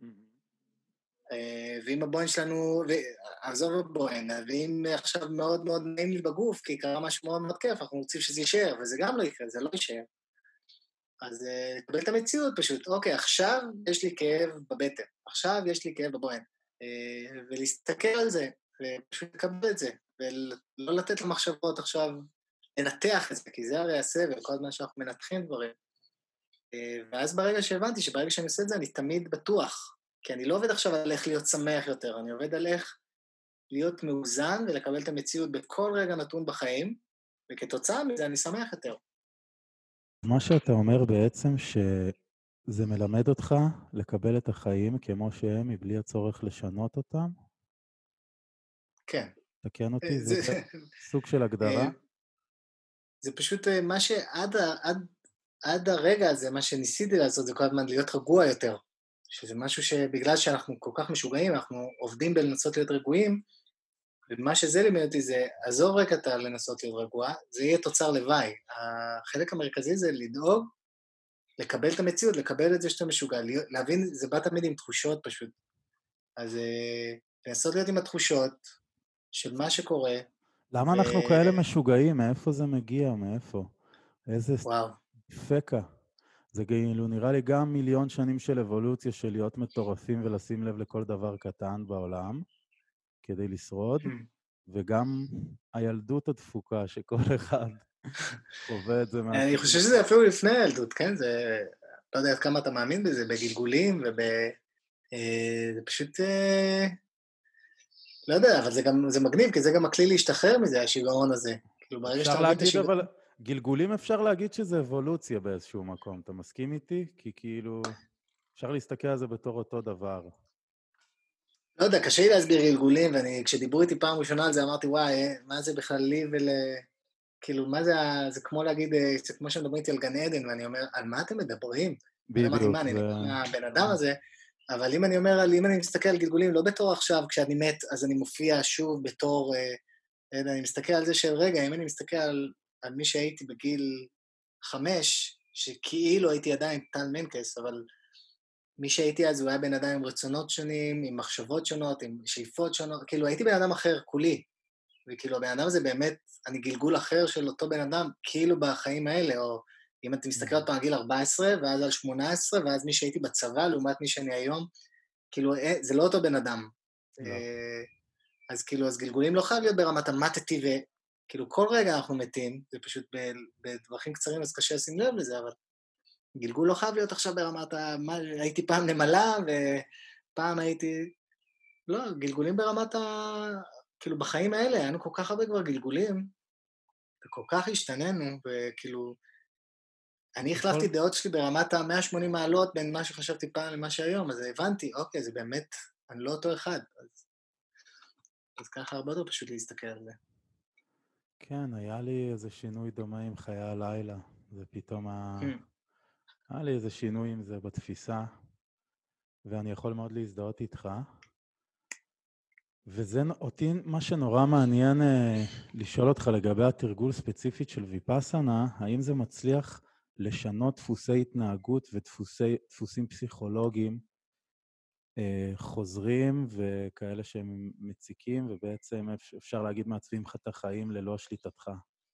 ואם הבוין שלנו, עזוב הבוין, ואם עכשיו מאוד מאוד נעים לי בגוף, כי קרה משהו מאוד מאוד כיף, אנחנו רוצים שזה יישאר, וזה גם לא יקרה, זה לא יישאר. אז לקבל את המציאות פשוט, אוקיי, עכשיו יש לי כאב בבטן, עכשיו יש לי כאב בבוין, ולהסתכל על זה, ופשוט לקבל את זה, ולא לתת למחשבות עכשיו לנתח את זה, כי זה הרי הסבל, כל הזמן שאנחנו מנתחים דברים. ואז ברגע שהבנתי שברגע שאני עושה את זה, אני תמיד בטוח, כי אני לא עובד עכשיו על איך להיות שמח יותר, אני עובד על איך להיות מאוזן ולקבל את המציאות בכל רגע נתון בחיים, וכתוצאה מזה אני שמח יותר. מה שאתה אומר בעצם שזה מלמד אותך לקבל את החיים כמו שהם, מבלי הצורך לשנות אותם? כן. תקן אותי, זה סוג של הגדרה? זה פשוט מה עד הרגע הזה, מה שניסיתי לעשות זה כל הזמן להיות רגוע יותר, שזה משהו שבגלל שאנחנו כל כך משוגעים, אנחנו עובדים בלנסות להיות רגועים, ומה שזה לימד אותי זה, עזוב רגע אתה לנסות להיות רגוע, זה יהיה תוצר לוואי. החלק המרכזי זה לדאוג, לקבל את המציאות, לקבל את זה שאתה משוגע, להבין, זה בא תמיד עם תחושות פשוט. אז לנסות להיות עם התחושות של מה שקורה. למה אנחנו כאלה משוגעים? מאיפה זה מגיע? מאיפה? איזה פקע. זה כאילו נראה לי גם מיליון שנים של אבולוציה של להיות מטורפים ולשים לב לכל דבר קטן בעולם, כדי לשרוד, וגם הילדות הדפוקה, שכל אחד חווה את זה אני מהכיוון חושב שלו. שזה אפילו לפני הילדות, כן? זה, לא יודע עד כמה אתה מאמין בזה, בגלגולים זה פשוט, לא יודע, אבל זה גם, זה מגניב, כי זה גם הכלי להשתחרר מזה, השיגעון הזה. כאילו, ברגע אפשר שאתה מבין את להגיד, השיגעון... אבל גלגולים אפשר להגיד שזה אבולוציה באיזשהו מקום. אתה מסכים איתי? כי כאילו, אפשר להסתכל על זה בתור אותו דבר. לא יודע, קשה לי להסביר גלגולים, כשדיברו איתי פעם ראשונה על זה, אמרתי, וואי, מה זה בכלל לי כאילו, מה זה, זה כמו להגיד, זה כמו שמדברים איתי על גן עדן, ואני אומר, על מה אתם מדברים? אז אמרתי, מה, בדיוק, אני זה... נבוא מהבן אדם הזה? אבל אם אני מסתכל על גלגולים, לא בתור עכשיו, כשאני מת, אז אני מופיע שוב בתור, אני מסתכל על זה של רגע, אם אני מסתכל על מי שהייתי בגיל 5, שכאילו הייתי עדיין טל מנקס, אבל מי שהייתי אז הוא היה בן אדם עם רצונות שונים, עם מחשבות שונות, עם שאיפות שונות, כאילו הייתי בן אדם אחר, כולי. וכאילו הבן אדם הזה באמת, אני גלגול אחר של אותו בן אדם, כאילו בחיים האלה, או אם אתה מסתכל עוד פעם על גיל 14, ואז על 18, ואז מי שהייתי בצבא, לעומת מי שאני היום, כאילו, זה לא אותו בן אדם. לא. אז כאילו, אז גלגולים לא חייב להיות ברמת המתתי, וכאילו כל רגע אנחנו מתים, זה פשוט בדרכים קצרים, אז קשה לשים לב לזה, אבל גלגול לא חייב להיות עכשיו ברמת הייתי פעם נמלה, ופעם הייתי... לא, גלגולים ברמת כאילו, בחיים האלה, היינו כל כך הרבה כבר גלגולים, וכל כך השתננו, וכאילו, אני בכל... החלפתי דעות שלי ברמת ה-180 מעלות בין מה שחשבתי פעם למה שהיום, אז הבנתי, אוקיי, זה באמת, אני לא אותו אחד. אז ככה הרבה יותר פשוט להסתכל על זה. כן, היה לי איזה שינוי דומה עם חיי הלילה. זה פתאום Hmm. היה לי איזה שינוי עם זה בתפיסה, ואני יכול מאוד להזדהות איתך. וזה אותי, מה שנורא מעניין לשאול אותך לגבי התרגול ספציפית של ויפאסנה, האם זה מצליח לשנות דפוסי התנהגות ודפוסים פסיכולוגיים חוזרים וכאלה שהם מציקים, ובעצם אפשר להגיד מעצבים לך את החיים ללא שליטתך.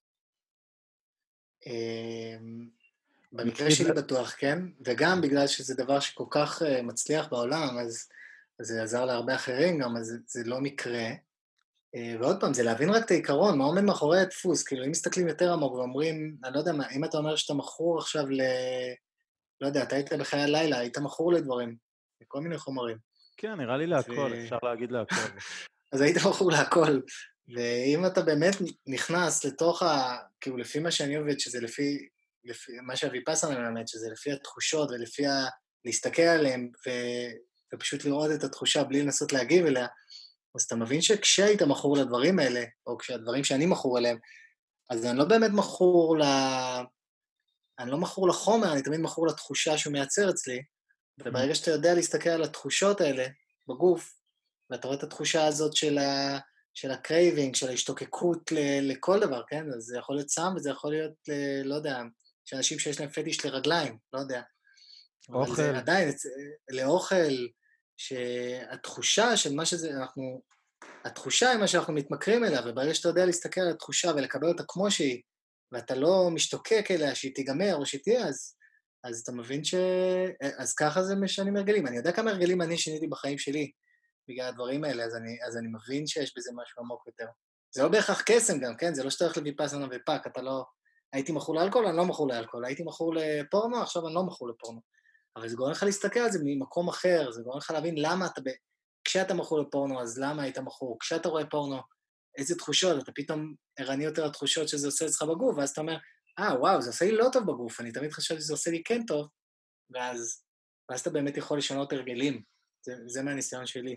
במקרה שלי בטוח, כן, וגם בגלל שזה דבר שכל כך מצליח בעולם, אז זה עזר להרבה אחרים גם, אז זה לא מקרה. ועוד פעם, זה להבין רק את העיקרון, מה עומד מאחורי הדפוס, כאילו אם מסתכלים יותר עמוק ואומרים, אני לא יודע מה, אם אתה אומר שאתה מכור עכשיו לא יודע, אתה היית בחיי הלילה, היית מכור לדברים, לכל מיני חומרים. כן, נראה לי להכל, אפשר להגיד להכל. אז היית מכור להכל, ואם אתה באמת נכנס לתוך כאילו לפי מה שאני עובד, שזה לפי מה שהוויפאסנה מלמד, שזה לפי התחושות ולפי להסתכל עליהן, ופשוט לראות את התחושה בלי לנסות להגיב אליה, אז אתה מבין שכשהיית מכור לדברים האלה, או כשהדברים שאני מכור אליהם, אז אני לא באמת מכור אני לא מכור לחומר, אני תמיד מכור לתחושה שהוא מייצר אצלי, וברגע שאתה יודע להסתכל על התחושות האלה בגוף, ואתה רואה את התחושה הזאת של הקרייבינג, של ההשתוקקות לכל דבר, כן? אז זה יכול להיות סם, וזה יכול להיות, לא יודע, שאנשים שיש להם פטיש לרגליים, לא יודע. אבל זה אוכל. עדיין, לאוכל, שהתחושה של מה שזה, התחושה היא מה שאנחנו מתמכרים אליה, וברגע שאתה יודע להסתכל על התחושה ולקבל אותה כמו שהיא, ואתה לא משתוקק אליה שהיא תיגמר או שהיא תהיה, אז אתה מבין אז ככה זה משנים הרגלים. אני יודע כמה הרגלים אני שיניתי בחיים שלי בגלל הדברים האלה, אז אני מבין שיש בזה משהו עמוק יותר. זה לא בהכרח קסם גם, כן? זה לא שאתה הולך לויפאסנה ופאק, אתה לא... הייתי מכור לאלכוהול, אני לא מכור לאלכוהול. הייתי מכור לפורנו, עכשיו אני לא מכור לפורנו. אבל זה גורם לך להסתכל על זה ממקום אחר, זה גורם לך להבין למה כשאתה מכור לפורנו, אז למה היית מכור? כשאתה רואה פורנו, איזה תחושות? אתה פתאום ערני יותר לתחושות שזה עושה אצלך בגוף, ואז אתה אומר, וואו, זה עושה לי לא טוב בגוף, אני תמיד חשבתי שזה עושה לי כן טוב, ואז אתה באמת יכול לשנות הרגלים. זה מהניסיון שלי.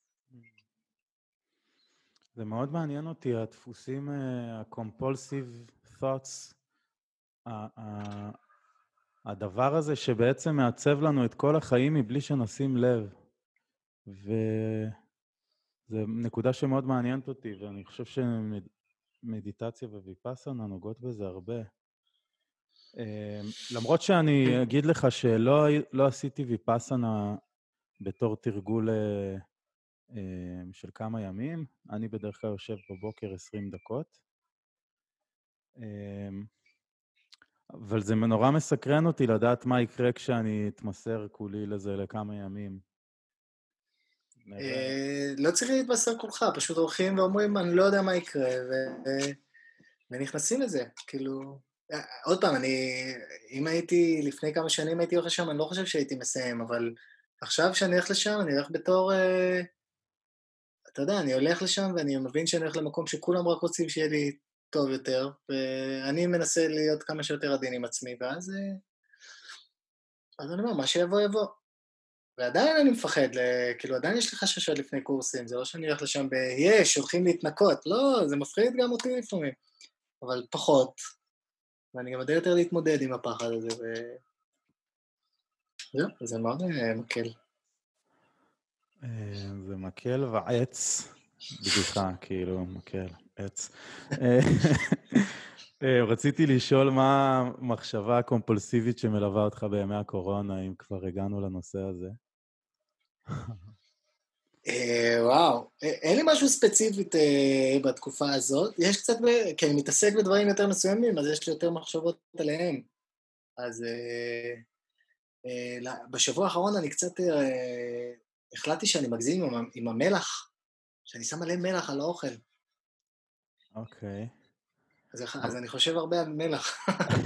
זה מאוד מעניין אותי, הדפוסים, ה-compulsive thoughts, הדבר הזה שבעצם מעצב לנו את כל החיים מבלי שנשים לב. וזו נקודה שמאוד מעניינת אותי, ואני חושב שמדיטציה וויפאסנה נוגעות בזה הרבה. למרות שאני אגיד לך שלא עשיתי ויפאסנה בתור תרגול של כמה ימים, אני בדרך כלל יושב בבוקר 20 דקות, אבל זה נורא מסקרן אותי לדעת מה יקרה כשאני אתמסר כולי לזה לכמה ימים. נראה. לא צריך להתבשר כולך, פשוט הולכים ואומרים, אני לא יודע מה יקרה, ונכנסים לזה, כאילו... עוד פעם, אם הייתי, לפני כמה שנים הייתי הולך לשם, אני לא חושב שהייתי מסיים, אבל עכשיו שאני הולך לשם, אני הולך בתור... אתה יודע, אני הולך לשם ואני מבין שאני הולך למקום שכולם רק רוצים שיהיה לי טוב יותר, ואני מנסה להיות כמה שיותר עדין עם עצמי, ואז אני אומר, מה שיבוא יבוא. ועדיין אני מפחד, כאילו עדיין יש לי חששות לפני קורסים, זה לא שאני הולך לשם יש, הולכים להתנקות, לא, זה מפחיד גם אותי לפעמים, אבל פחות, ואני גם יודע יותר להתמודד עם הפחד הזה, וזהו, זה מאוד מקל. זה מקל ועץ, בדיחה, כאילו, מקל, עץ. רציתי לשאול מה המחשבה הקומפולסיבית שמלווה אותך בימי הקורונה, אם כבר הגענו לנושא הזה. וואו, אין לי משהו ספציפית בתקופה הזאת, יש קצת, כי אני מתעסק בדברים יותר מסוימים, אז יש לי יותר מחשבות עליהם. אז בשבוע האחרון אני קצת החלטתי שאני מגזים עם המלח, שאני שם מלא מלח על האוכל. אוקיי. אז אני חושב הרבה על מלח.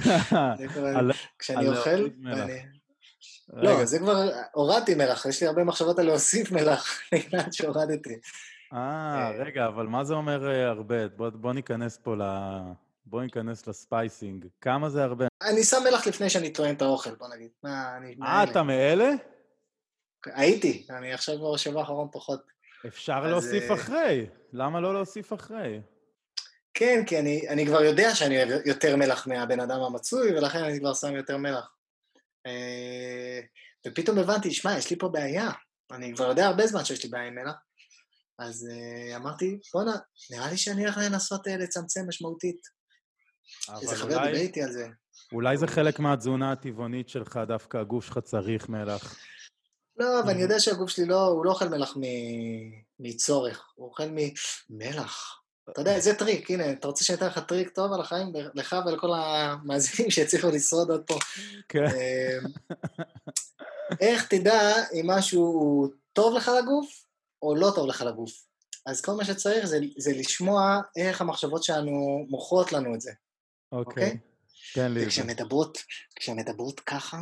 כשאני על אוכל, להוסיף מלח. לא, זה כבר, הורדתי מלח, יש לי הרבה מחשבות על להוסיף מלח, בגלל שהורדתי. רגע, אבל מה זה אומר הרבה? בוא ניכנס פה בוא ניכנס לספייסינג. כמה זה הרבה? אני שם מלח לפני שאני טועם את האוכל, בוא נגיד. אני מאלה. אתה מאלה? הייתי, אני עכשיו כבר בשבוע האחרון פחות. אפשר להוסיף אחרי. למה לא להוסיף אחרי? כן, כי אני כבר יודע שאני אוהב יותר מלח מהבן אדם המצוי, ולכן אני כבר שם יותר מלח. ופתאום הבנתי, שמע, יש לי פה בעיה. אני כבר יודע הרבה זמן שיש לי בעיה עם מלח. אז אמרתי, בוא'נה, נראה לי שאני הולך לנסות לצמצם משמעותית. איזה חבר דיבר איתי על זה. אולי זה חלק מהתזונה הטבעונית שלך, דווקא הגוף שלך צריך מלח. לא, ואני יודע שהגוף שלי הוא לא אוכל מלח מצורך, הוא אוכל ממלח. אתה יודע, זה טריק, הנה, אתה רוצה שאני אתן לך טריק טוב על החיים, לך ולכל המאזינים שהצליחו לשרוד עוד פה. כן. איך תדע אם משהו טוב לך לגוף, או לא טוב לך לגוף? אז כל מה שצריך זה לשמוע איך המחשבות שלנו מוכרות לנו את זה. אוקיי? תן לי את זה. כשמדברות ככה,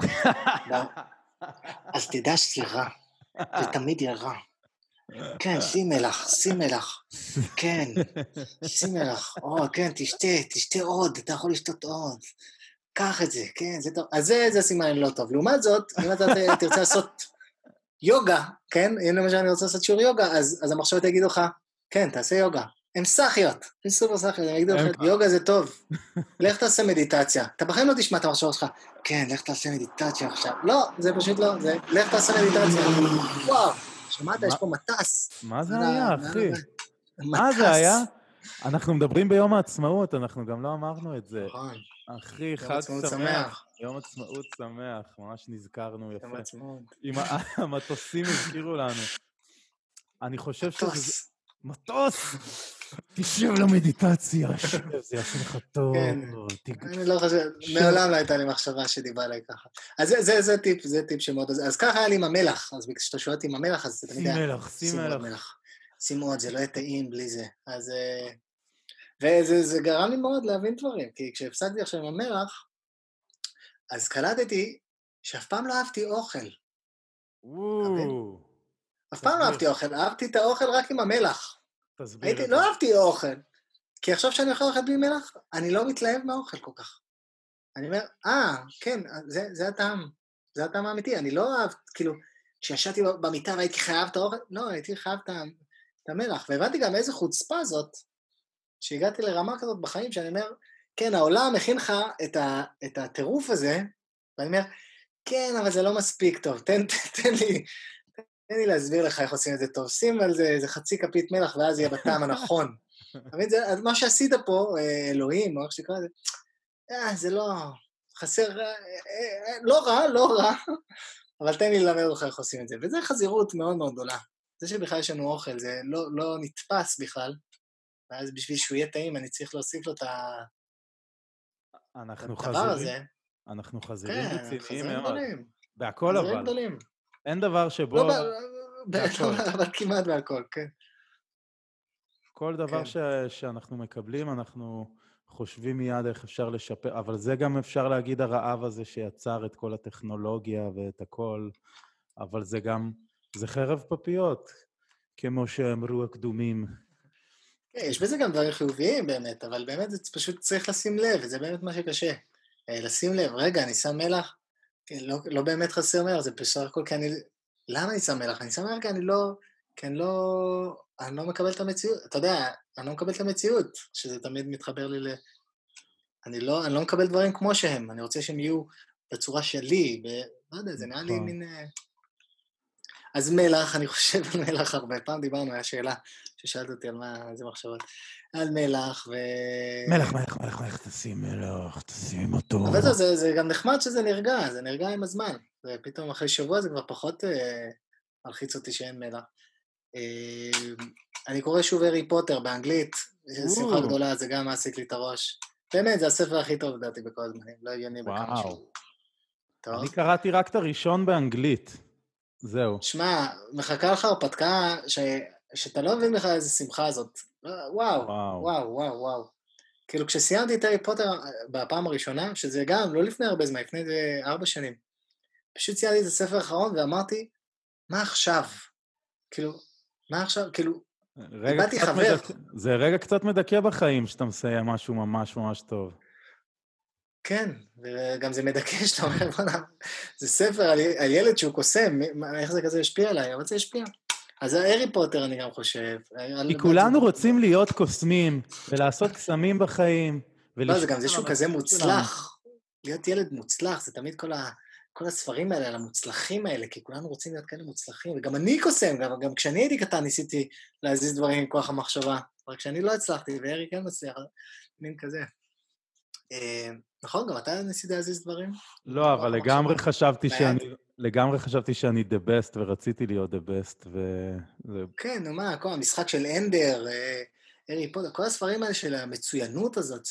אז תדע שזה רע, זה תמיד יהיה רע. כן, שים מלח, כן, שים מלח, כן, תשתה עוד, אתה יכול לשתות עוד. קח את זה, כן, זה טוב. אז זה סימן לא טוב. לעומת זאת, אם אתה תרצה לעשות יוגה, כן, אם למשל אני רוצה לעשות שיעור יוגה, אז המחשבות יגידו לך, כן, תעשה יוגה. הם סחיות, הם סופר סחיות, הם יגידו לך, יוגה זה טוב. לך תעשה מדיטציה. אתה בחיים לא תשמע את המחשבות שלך, כן, לך תעשה מדיטציה עכשיו. לא, זה פשוט לא, זה לך תעשה מדיטציה. וואו, שמעת, יש פה מטס. מה זה היה, אחי? מה זה היה? אנחנו מדברים ביום העצמאות, אנחנו גם לא אמרנו את זה. נכון. אחי, חג שמח. יום עצמאות שמח, ממש נזכרנו יפה. יום עצמאות. עם המטוסים הזכירו לנו. אני חושב שזה... מטוס. מטוס! תשב למדיטציה, זה יעשה לך טוב. אני לא חושב, מעולם לא הייתה לי מחשבה שדיבה עליי ככה. אז זה טיפ שמאוד... אז ככה היה לי עם המלח, אז כשאתה שואל אותי עם המלח, אז אתה תמיד... שים מלח. שים עוד, זה לא יטעים בלי זה. אז... וזה גרם לי מאוד להבין דברים, כי כשהפסקתי עכשיו עם המלח, אז קלטתי שאף פעם לא אהבתי אוכל. אף פעם לא אהבתי אוכל, אהבתי את האוכל רק עם המלח. תסביר את זה. לא אהבתי אוכל, כי עכשיו שאני אוכל אוכל בלי מלח, אני לא מתלהב מהאוכל כל כך. אני אומר, כן, זה הטעם, זה הטעם האמיתי, אני לא אוהב, כאילו, כשישבתי במיטה והייתי חייב את האוכל, לא, הייתי חייב את המלח, והבנתי גם איזה חוצפה זאת, שהגעתי לרמה כזאת בחיים, שאני אומר, כן, העולם מכין לך את הטירוף הזה, ואני אומר, כן, אבל זה לא מספיק טוב, תן לי להסביר לך איך עושים את זה טוב, שים על זה איזה חצי כפית מלח, ואז יהיה בטעם הנכון. אז מה שעשית פה, אלוהים, או איך שקרא את זה, זה לא, חסר, לא רע, אבל תן לי ללמד אותך איך עושים את זה. וזה חזירות מאוד מאוד גדולה. זה שבכלל יש לנו אוכל, זה לא נתפס בכלל, ואז בשביל שהוא יהיה טעים, אני צריך להוסיף לו את הדבר הזה. אנחנו חזירים רציניים מאוד. גדולים. בהכל אבל. אין דבר שבו... בהכל. אבל כמעט בהכל, כן. כל דבר כן. שאנחנו מקבלים, אנחנו חושבים מיד איך אפשר לשפר, אבל זה גם אפשר להגיד הרעב הזה שיצר את כל הטכנולוגיה ואת הכל, אבל זה גם, זה חרב פפיות, כמו שאמרו הקדומים. כן, יש בזה גם דברים חיוביים באמת, אבל באמת זה פשוט צריך לשים לב, וזה באמת מה שקשה. לשים לב, רגע, אני שם מלח? כן, לא באמת חסר מלח, זה בסך הכל כי אני... למה אני שם מלח? אני שם מלח כי אני לא מקבל את המציאות. אתה יודע, אני לא מקבל את המציאות, שזה תמיד מתחבר לי ל... אני לא מקבל דברים כמו שהם, אני רוצה שהם יהיו בצורה שלי, לא יודע, זה נראה לי נכון. מין... אז מלח, אני חושב על מלח הרבה. פעם דיברנו, היה שאלה ששאלת אותי על מה, איזה מחשבות. על מלח ו... מלח, תשים מלח, תשים אותו. אבל זה גם נחמד שזה נרגע, זה נרגע עם הזמן. ופתאום אחרי שבוע זה כבר פחות מלחיץ אותי שאין מלח. אני קורא שוב הארי פוטר באנגלית, שמחה גדולה, זה גם מעסיק לי את הראש. באמת, זה הספר הכי טוב, לדעתי, בכל הזמנים. לא הגיוני בכמה שהוא. טוב. אני קראתי רק את הראשון באנגלית. זהו. שמע, מחכה לך הרפתקה שאתה לא מבין לך איזה שמחה זאת. וואו, וואו, וואו, וואו. כאילו, כשסיימתי את הארי פוטר בפעם הראשונה, שזה גם לא לפני הרבה זמן, לפני 4 שנים, פשוט סיימתי את הספר האחרון ואמרתי, מה עכשיו? כאילו, מה עכשיו? כאילו, איבדתי חבר. זה רגע קצת מדכא בחיים שאתה מסיים משהו ממש ממש טוב. כן, וגם זה מדכא שאתה אומר, בוא'נה, זה ספר על ילד שהוא קוסם, איך זה כזה השפיע עליי? אבל זה השפיע. אז הארי פוטר אני גם חושב. כי כולנו רוצים להיות קוסמים, ולעשות קסמים בחיים, לא, זה גם זה שהוא כזה מוצלח. להיות ילד מוצלח, זה תמיד כל הספרים האלה, על המוצלחים האלה, כי כולנו רוצים להיות כאלה מוצלחים, וגם אני קוסם, גם כשאני הייתי קטן ניסיתי להזיז דברים עם כוח המחשבה, רק כשאני לא הצלחתי, והארי כן מצליח, מין כזה. נכון, גם אתה ניסית להזיז דברים? לא, אבל לגמרי חשבתי שאני the best, ורציתי להיות the best, כן, נו מה, כל המשחק של אנדר, הארי פוטר, כל הספרים האלה של המצוינות הזאת,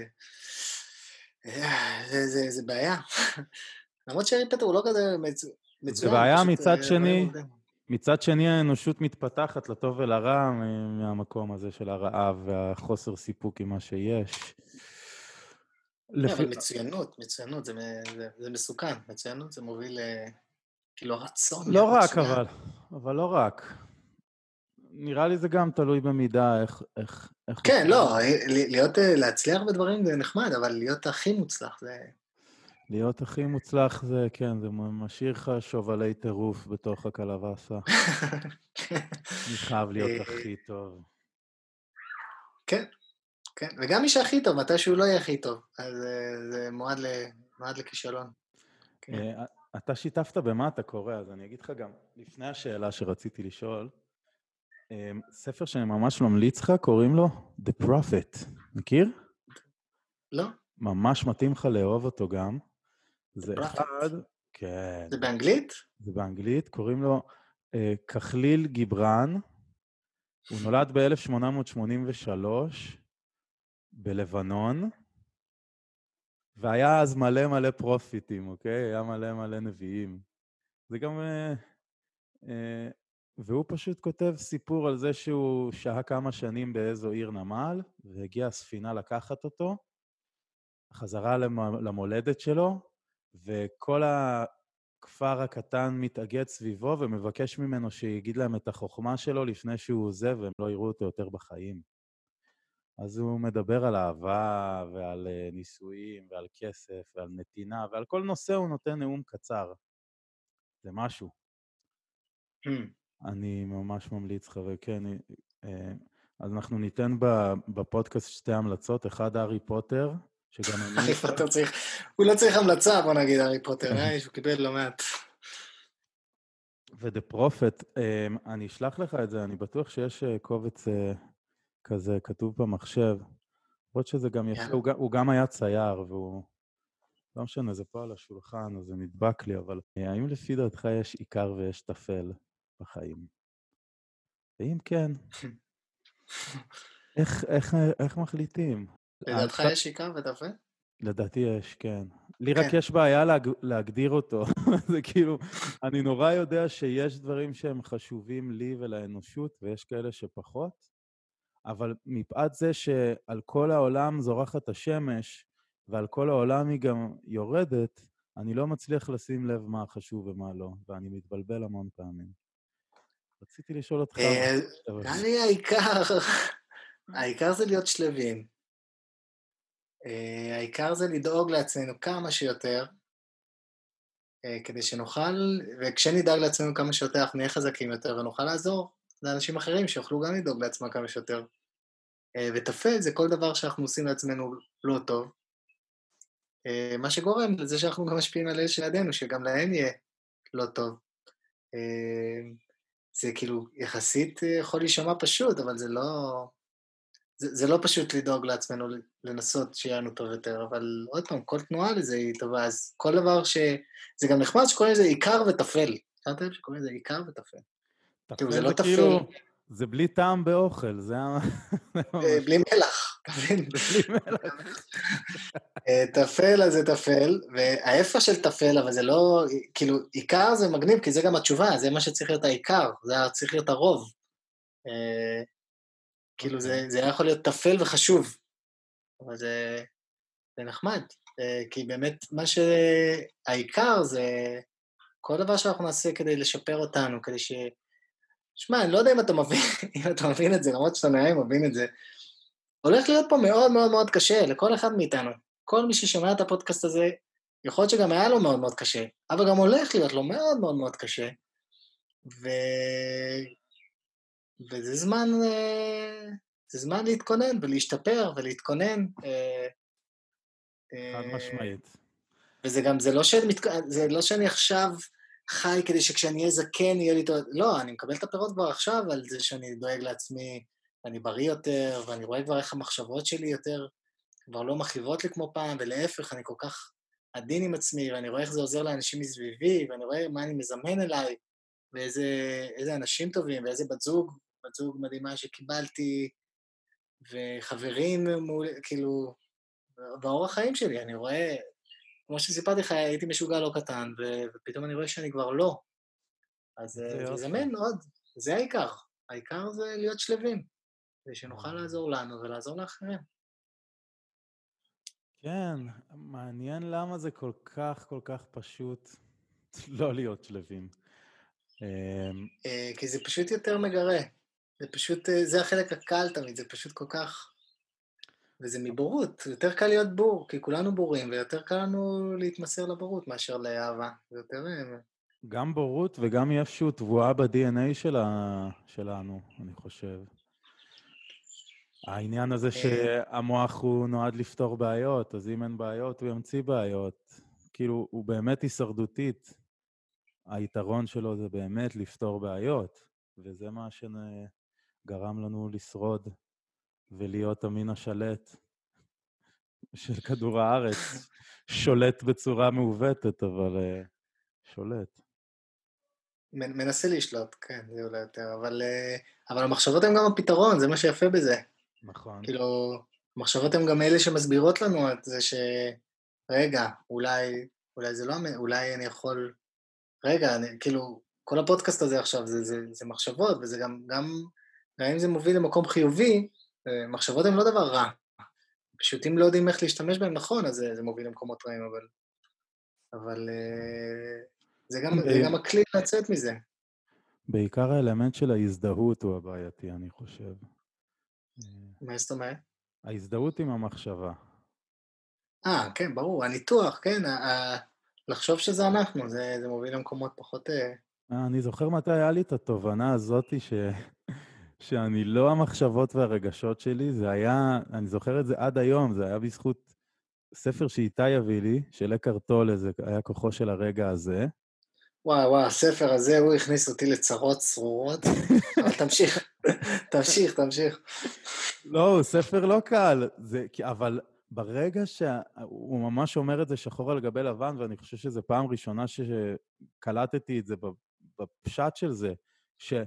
זה בעיה. למרות שהארי פוטר הוא לא כזה מצוין. זה בעיה מצד שני האנושות מתפתחת לטוב ולרע מהמקום הזה של הרעב והחוסר סיפוק עם מה שיש. אבל מצוינות, זה מסוכן. מצוינות זה מוביל, כאילו, רצון. לא רק, אבל לא רק. נראה לי זה גם תלוי במידה איך... כן, לא, להצליח בדברים זה נחמד, אבל להיות הכי מוצלח זה... להיות הכי מוצלח זה, כן, זה משאיר לך שובלי טירוף בתוך הקלווסה. אני חייב להיות הכי טוב. כן, כן, וגם מי שהכי טוב, מתי שהוא לא יהיה הכי טוב, אז זה מועד לכישלון. אתה שיתפת במה אתה קורא, אז אני אגיד לך גם, לפני השאלה שרציתי לשאול, ספר שאני ממש ממליץ לך, קוראים לו The Prophet. מכיר? לא. ממש מתאים לך לאהוב אותו גם. זה אחד, כן. זה באנגלית? זה באנגלית, קוראים לו כחליל גיברן. הוא נולד ב-1883 בלבנון, והיה אז מלא פרופיטים, אוקיי? היה מלא נביאים. זה גם... והוא פשוט כותב סיפור על זה שהוא שהה כמה שנים באיזו עיר נמל, והגיעה הספינה לקחת אותו, חזרה למולדת שלו, וכל הכפר הקטן מתאגד סביבו, ומבקש ממנו שיגיד להם את החוכמה שלו לפני שהוא עוזב, והם לא יראו אותו יותר בחיים. אז הוא מדבר על אהבה, ועל נישואים, ועל כסף, ועל נתינה, ועל כל נושא הוא נותן נאום קצר. זה משהו. אני ממש ממליץ לך, וכן, אז אנחנו ניתן בפודקאסט 2 המלצות, אחד הארי פוטר, שגם אני... הארי פוטר צריך, הוא לא צריך המלצה, בוא נגיד, הארי פוטר, שהוא קיבל לא מעט. ו-The Prophet, אני אשלח לך את זה, אני בטוח שיש קובץ כזה כתוב במחשב, למרות שזה גם יפה, הוא גם היה צייר, והוא... לא משנה, זה פה על השולחן, אז זה נדבק לי, אבל האם לפי דעתך יש עיקר ויש תפל בחיים? ואם כן, איך מחליטים? לדעתך יש עיקר ותפל? לדעתי יש, כן. לי רק כן. יש בעיה להגדיר אותו. זה כאילו, אני נורא יודע שיש דברים שהם חשובים לי ולאנושות, ויש כאלה שפחות, אבל מפאת זה שעל כל העולם זורחת השמש, ועל כל העולם היא גם יורדת, אני לא מצליח לשים לב מה חשוב ומה לא, ואני מתבלבל המון פעמים. רציתי לשאול אותך מה אה, אתה חושב על נראה זה. לי העיקר זה להיות שלווים. העיקר זה לדאוג לעצמנו כמה שיותר, כדי שנוכל, וכשנדאג לעצמנו כמה שיותר, אנחנו נהיה חזקים יותר, ונוכל לעזור לאנשים אחרים שיוכלו גם לדאוג לעצמם כמה שיותר. וטפל זה כל דבר שאנחנו עושים לעצמנו לא טוב, מה שגורם לזה שאנחנו גם משפיעים על אלה שלידינו, שגם להם יהיה לא טוב. זה כאילו יחסית יכול להישמע פשוט, אבל זה לא פשוט לדאוג לעצמנו, לנסות שיהיה לנו טוב יותר, אבל עוד פעם, כל תנועה לזה היא טובה, אז כל דבר זה גם נחמד שקוראים לזה עיקר וטפל. שמעת לב שקוראים לזה עיקר וטפל? כאילו, זה טפל לא זה טפל, כאילו, זה בלי טעם באוכל, זה ממש, בלי מלח, אתה מבין? זה בלי מלח. טפל אז זה טפל, וההפך של טפל, אבל זה לא, כאילו, עיקר זה מגניב, כי זה גם התשובה, זה מה שצריך להיות העיקר, זה צריך להיות הרוב. כאילו, אוקיי. זה היה יכול להיות טפל וחשוב, אבל זה נחמד, כי באמת מה שהעיקר זה כל דבר שאנחנו נעשה כדי לשפר אותנו, כדי שמע, אני לא יודע אם אתה מבין, אם אתה מבין את זה, למרות שאתה נראה מבין את זה, הולך להיות פה מאוד מאוד מאוד קשה לכל אחד מאיתנו. כל מי ששומע את הפודקאסט הזה, יכול להיות שגם היה לו מאוד מאוד קשה, אבל גם הולך להיות לו מאוד מאוד מאוד קשה, ו... וזה זמן, זה זמן להתכונן ולהשתפר ולהתכונן, חד משמעית. וזה גם, זה לא שאני עכשיו חי כדי שכשאני אהיה זקן יהיה לי טוב, לא, אני מקבל את הפירות כבר עכשיו על זה שאני דואג לעצמי, ואני בריא יותר, ואני רואה כבר איך המחשבות שלי יותר, כבר לא מכאיבות לי כמו פעם, ולהפך, אני כל כך עדין עם עצמי, ואני רואה איך זה עוזר לאנשים מסביבי, ואני רואה מה אני מזמן אליי, ואיזה אנשים טובים, ואיזה בת זוג מדהימה שקיבלתי, וחברים כאילו, באורח חיים שלי, אני רואה, כמו שסיפרתי לך, הייתי משוגע לא קטן, ופתאום אני רואה שאני כבר לא. אז איזה זה יופי. זמן מאוד, זה העיקר. העיקר זה להיות שלווים, כדי שנוכל וואו. לעזור לנו ולעזור לאחרים. כן, מעניין למה זה כל כך פשוט לא להיות שלווים. כי זה פשוט יותר מגרה. זה פשוט, זה החלק הקל תמיד, זה פשוט כל כך... וזה מבורות, יותר קל להיות בור, כי כולנו בורים, ויותר קל לנו להתמסר לבורות מאשר לאהבה. זה יותר... גם בורות וגם איפשהו תבואה ב-DNA שלנו, אני חושב. העניין הזה שהמוח הוא נועד לפתור בעיות, אז אם אין בעיות, הוא ימציא בעיות. כאילו, הוא באמת הישרדותית. היתרון שלו זה באמת לפתור בעיות, וזה מה שגרם לנו לשרוד ולהיות המין השלט של כדור הארץ. שולט בצורה מעוותת, אבל שולט. מנסה לשלוט, כן, זה אולי יותר, אבל המחשבות הן גם הפתרון, זה מה שיפה בזה. נכון. כאילו, המחשבות הן גם אלה שמסבירות לנו את זה רגע, אולי זה לא, אולי אני יכול, רגע, כאילו, כל הפודקאסט הזה עכשיו זה מחשבות, וזה גם אם זה מוביל למקום חיובי, מחשבות הן לא דבר רע. פשוט אם לא יודעים איך להשתמש בהם נכון, אז זה מוביל למקומות רעים, אבל זה גם הכלי לצאת מזה. בעיקר האלמנט של ההזדהות הוא הבעייתי, אני חושב. מה זאת אומרת? ההזדהות עם המחשבה. כן, ברור, הניתוח, כן, לחשוב שזה אנחנו, זה מוביל למקומות פחות... אני זוכר מתי היה לי את התובנה הזאת שאני לא המחשבות והרגשות שלי, זה היה, אני זוכר את זה עד היום, זה היה בזכות ספר שאיתי הביא לי, של אקהרט טולה, זה היה כוחו של הרגע הזה. וואו, הספר הזה, הוא הכניס אותי לצרות צרורות, אבל תמשיך, תמשיך. לא, הוא ספר לא קל, אבל ברגע שהוא ממש אומר את זה שחור על גבי לבן, ואני חושב שזו פעם ראשונה שקלטתי את זה בפשט של זה,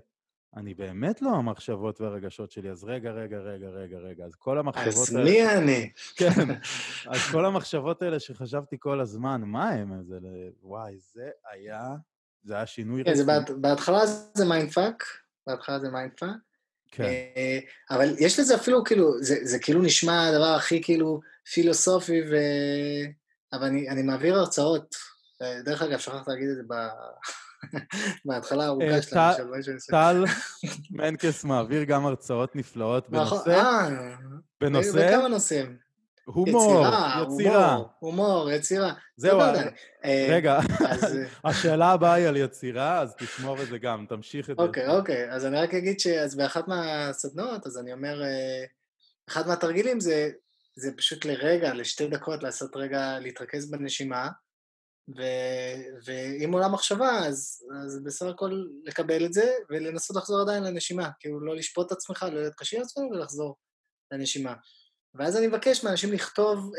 אני באמת לא המחשבות והרגשות שלי, אז רגע, אז כל המחשבות אז האלה מי אני? כן, אז כל המחשבות האלה שחשבתי כל הזמן, מה הם? וואי, זה היה שינוי כן, רציני. בהתחלה זה מיינדפאק, בהתחלה זה מיינדפאק, כן. אבל יש לזה אפילו כאילו, זה כאילו נשמע הדבר הכי כאילו פילוסופי, אבל אני מעביר הרצאות, דרך אגב, שכחת להגיד את זה בהתחלה הארוכה שלנו, של מה שאני עושה. טל מנקס מעביר גם הרצאות נפלאות נכון, בנושא בכמה נושאים. הומור, יצירה, יצירה. יצירה. זהו, לא יודע. רגע, אז השאלה הבאה היא על יצירה, אז תשמור את זה גם, תמשיך את זה. אוקיי, אז אני רק אגיד אז באחת מהסדנאות, אז אני אומר, אחד מהתרגילים זה פשוט לרגע, לשתי דקות, לעשות רגע, להתרכז בנשימה, ואם עולה מחשבה, אז בסך הכל לקבל את זה, ולנסות לחזור עדיין לנשימה, כאילו לא לשפוט את עצמך, לא להיות קשיר עצמנו, ולחזור לנשימה. ואז אני מבקש מאנשים לכתוב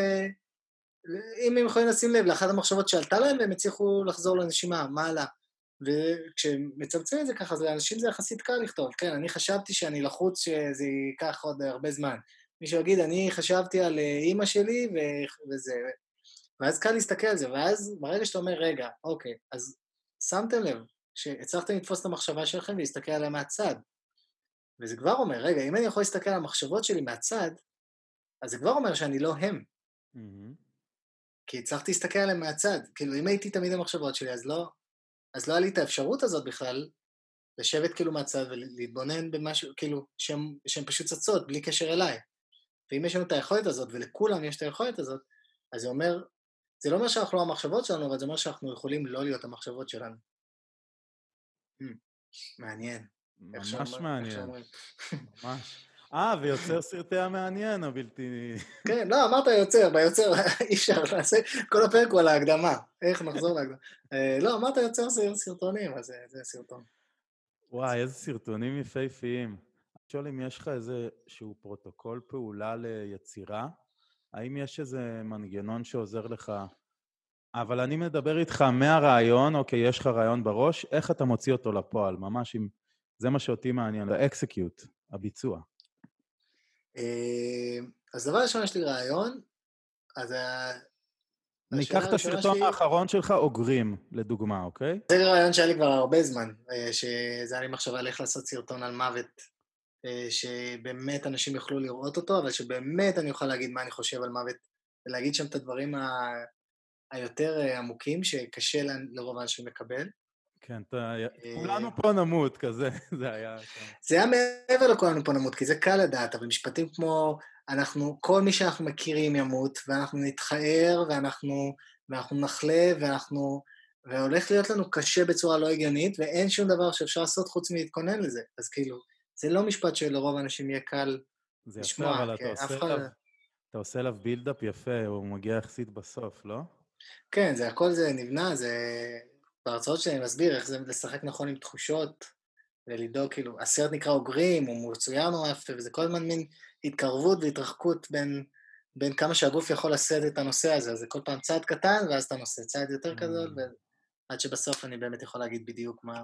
אם הם יכולים לשים לב לאחת המחשבות שעלתה להם, והם הצליחו לחזור לנשימה, מה עלה. וכשמצמצמים את זה ככה, אז לאנשים זה יחסית קל לכתוב. כן, אני חשבתי שאני לחוץ שזה ייקח עוד הרבה זמן. מישהו יגיד, אני חשבתי על אימא שלי וזה, ואז קל להסתכל על זה, ואז ברגע שאתה אומר, רגע, אוקיי, אז שמתם לב שהצלחתם לתפוס את המחשבה שלכם ולהסתכל עליה מהצד. וזה כבר אומר, רגע, אם אני יכול להסתכל על המחשבות שלי מהצד, אז זה כבר אומר שאני לא הם. כי הצלחתי להסתכל עליהם מהצד. כאילו, אם הייתי תמיד המחשבות שלי, אז לא היה לי את האפשרות הזאת בכלל, לשבת כאילו מהצד ולהתבונן במשהו, כאילו, שהן פשוט צצות, בלי קשר אליי. ואם יש לנו את היכולת הזאת, ולכולם יש את היכולת הזאת, אז זה לא אומר שאנחנו לא המחשבות שלנו, אבל זה אומר שאנחנו יכולים לא להיות המחשבות שלנו. מעניין. ממש מעניין. ממש. ויוצר סרטי המעניין, הבלתי... כן, לא, אמרת ביוצר, אי אפשר, נעשה, כל הפרק הוא על ההקדמה, איך נחזור להקדמה. לא, אמרת יוצר סרטונים, אז זה סרטון. וואי, איזה סרטונים יפהפיים. שואל אם יש לך איזשהו פרוטוקול פעולה ליצירה, האם יש איזה מנגנון שעוזר לך? אבל אני מדבר איתך מהרעיון, אוקיי, יש לך רעיון בראש, איך אתה מוציא אותו לפועל, ממש אם... זה מה שאותי מעניין, ה-execute, הביצוע. אז דבר ראשון, יש לי רעיון, אז ניקח את הסרטון האחרון שלך, אוגרים, לדוגמה, אוקיי? זה רעיון שהיה לי כבר הרבה זמן, שזה היה לי מחשבה על איך לעשות סרטון על מוות, שבאמת אנשים יוכלו לראות אותו, אבל שבאמת אני אוכל להגיד מה אני חושב על מוות, ולהגיד שם את הדברים היותר עמוקים, שקשה לרוב האנשים לקבל. כן, כולנו פה נמות, כזה, זה היה... זה היה מעבר לכולנו פה נמות, כי זה קל לדעת, אבל משפטים כמו, כל מי שאנחנו מכירים ימות, ואנחנו נתחער, ואנחנו נחלה, והולך להיות לנו קשה בצורה לא הגיונית, ואין שום דבר שאפשר לעשות חוץ מלהתכונן לזה. אז כאילו, זה לא משפט שלרוב האנשים יהיה קל לשמוע. זה יפה, אבל אתה עושה עליו בילדאפ יפה, הוא מגיע יחסית בסוף, לא? כן, הכל זה נבנה, בהרצאות שלי אני מסביר איך זה לשחק נכון עם תחושות, ולדאוג, כאילו, הסרט נקרא אוגרים, הוא מצויר נורא יפה, וזה כל הזמן מין התקרבות והתרחקות בין כמה שהגוף יכול לשאת את הנושא הזה, אז זה כל פעם צעד קטן, ואז אתה נושא צעד יותר גדול, ועד שבסוף אני באמת יכול להגיד בדיוק מה...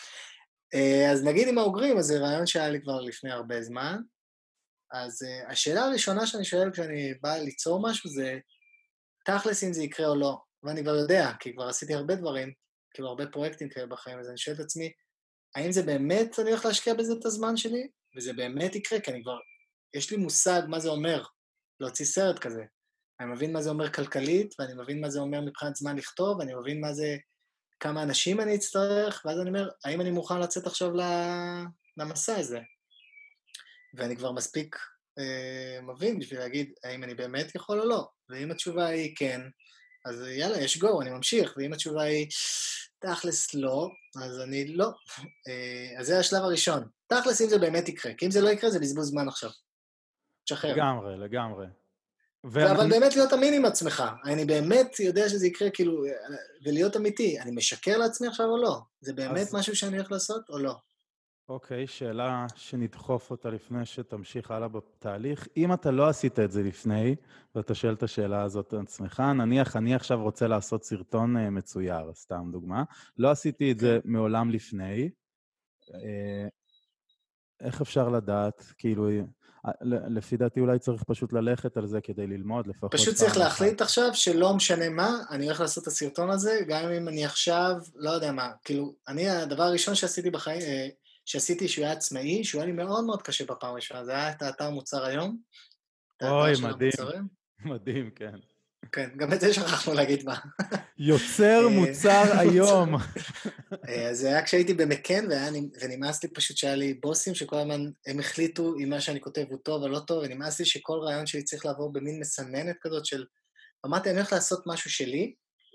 אז נגיד עם האוגרים, אז זה רעיון שהיה לי כבר לפני הרבה זמן, אז השאלה הראשונה שאני שואל כשאני בא ליצור משהו זה, תכלס אם זה יקרה או לא, ואני כבר יודע, כי כבר עשיתי הרבה דברים, כאילו הרבה פרויקטים כאלה בחיים, אז אני שואל את עצמי, האם זה באמת אני הולך להשקיע בזה את הזמן שלי? וזה באמת יקרה, כי יש לי מושג מה זה אומר להוציא סרט כזה. אני מבין מה זה אומר כלכלית, ואני מבין מה זה אומר מבחינת זמן לכתוב, ואני מבין מה זה, כמה אנשים אני אצטרך, ואז אני אומר, האם אני מוכן לצאת עכשיו למסע הזה? ואני כבר מספיק מבין בשביל להגיד, האם אני באמת יכול או לא? ואם התשובה היא כן, אז יאללה, יש גו, אני ממשיך, ואם התשובה היא תכלס לא, אז אני לא. אז זה השלב הראשון. תכלס אם זה באמת יקרה, כי אם זה לא יקרה, זה בזבוז זמן עכשיו. תשחרר. לגמרי. אבל באמת להיות אמין עם עצמך. אני באמת יודע שזה יקרה, כאילו, ולהיות אמיתי. אני משקר לעצמי עכשיו או לא? זה באמת משהו שאני הולך לעשות או לא? אוקיי, שאלה שנדחוף אותה לפני שתמשיך הלאה בתהליך. אם אתה לא עשית את זה לפני, ואתה שואל את השאלה הזאת על עצמך, נניח, אני עכשיו רוצה לעשות סרטון מצויר, סתם דוגמה. לא עשיתי את זה מעולם לפני, איך אפשר לדעת? כאילו, לפי דעתי אולי צריך פשוט ללכת על זה כדי ללמוד לפחות פשוט צריך להחליט עכשיו שלא משנה מה, אני הולך לעשות את הסרטון הזה, גם אם אני עכשיו, לא יודע מה, כאילו, אני הדבר הראשון שעשיתי בחיים, שעשיתי שהוא היה עצמאי, שהוא היה לי מאוד מאוד קשה בפעם הראשונה, זה היה את האתר מוצר היום, את האתר אוי, של מדהים, המוצרים. מדהים, כן. כן, גם את זה שכחנו להגיד מה. יוצר מוצר היום. אז זה היה כשהייתי במקן, ונמאס לי פשוט שהיה לי בוסים שכל הזמן הם החליטו אם מה שאני כותב הוא טוב או לא טוב, ונמאס לי שכל רעיון שלי צריך לעבור במין מסננת כזאת של, אמרתי, אני הולך לעשות משהו שלי,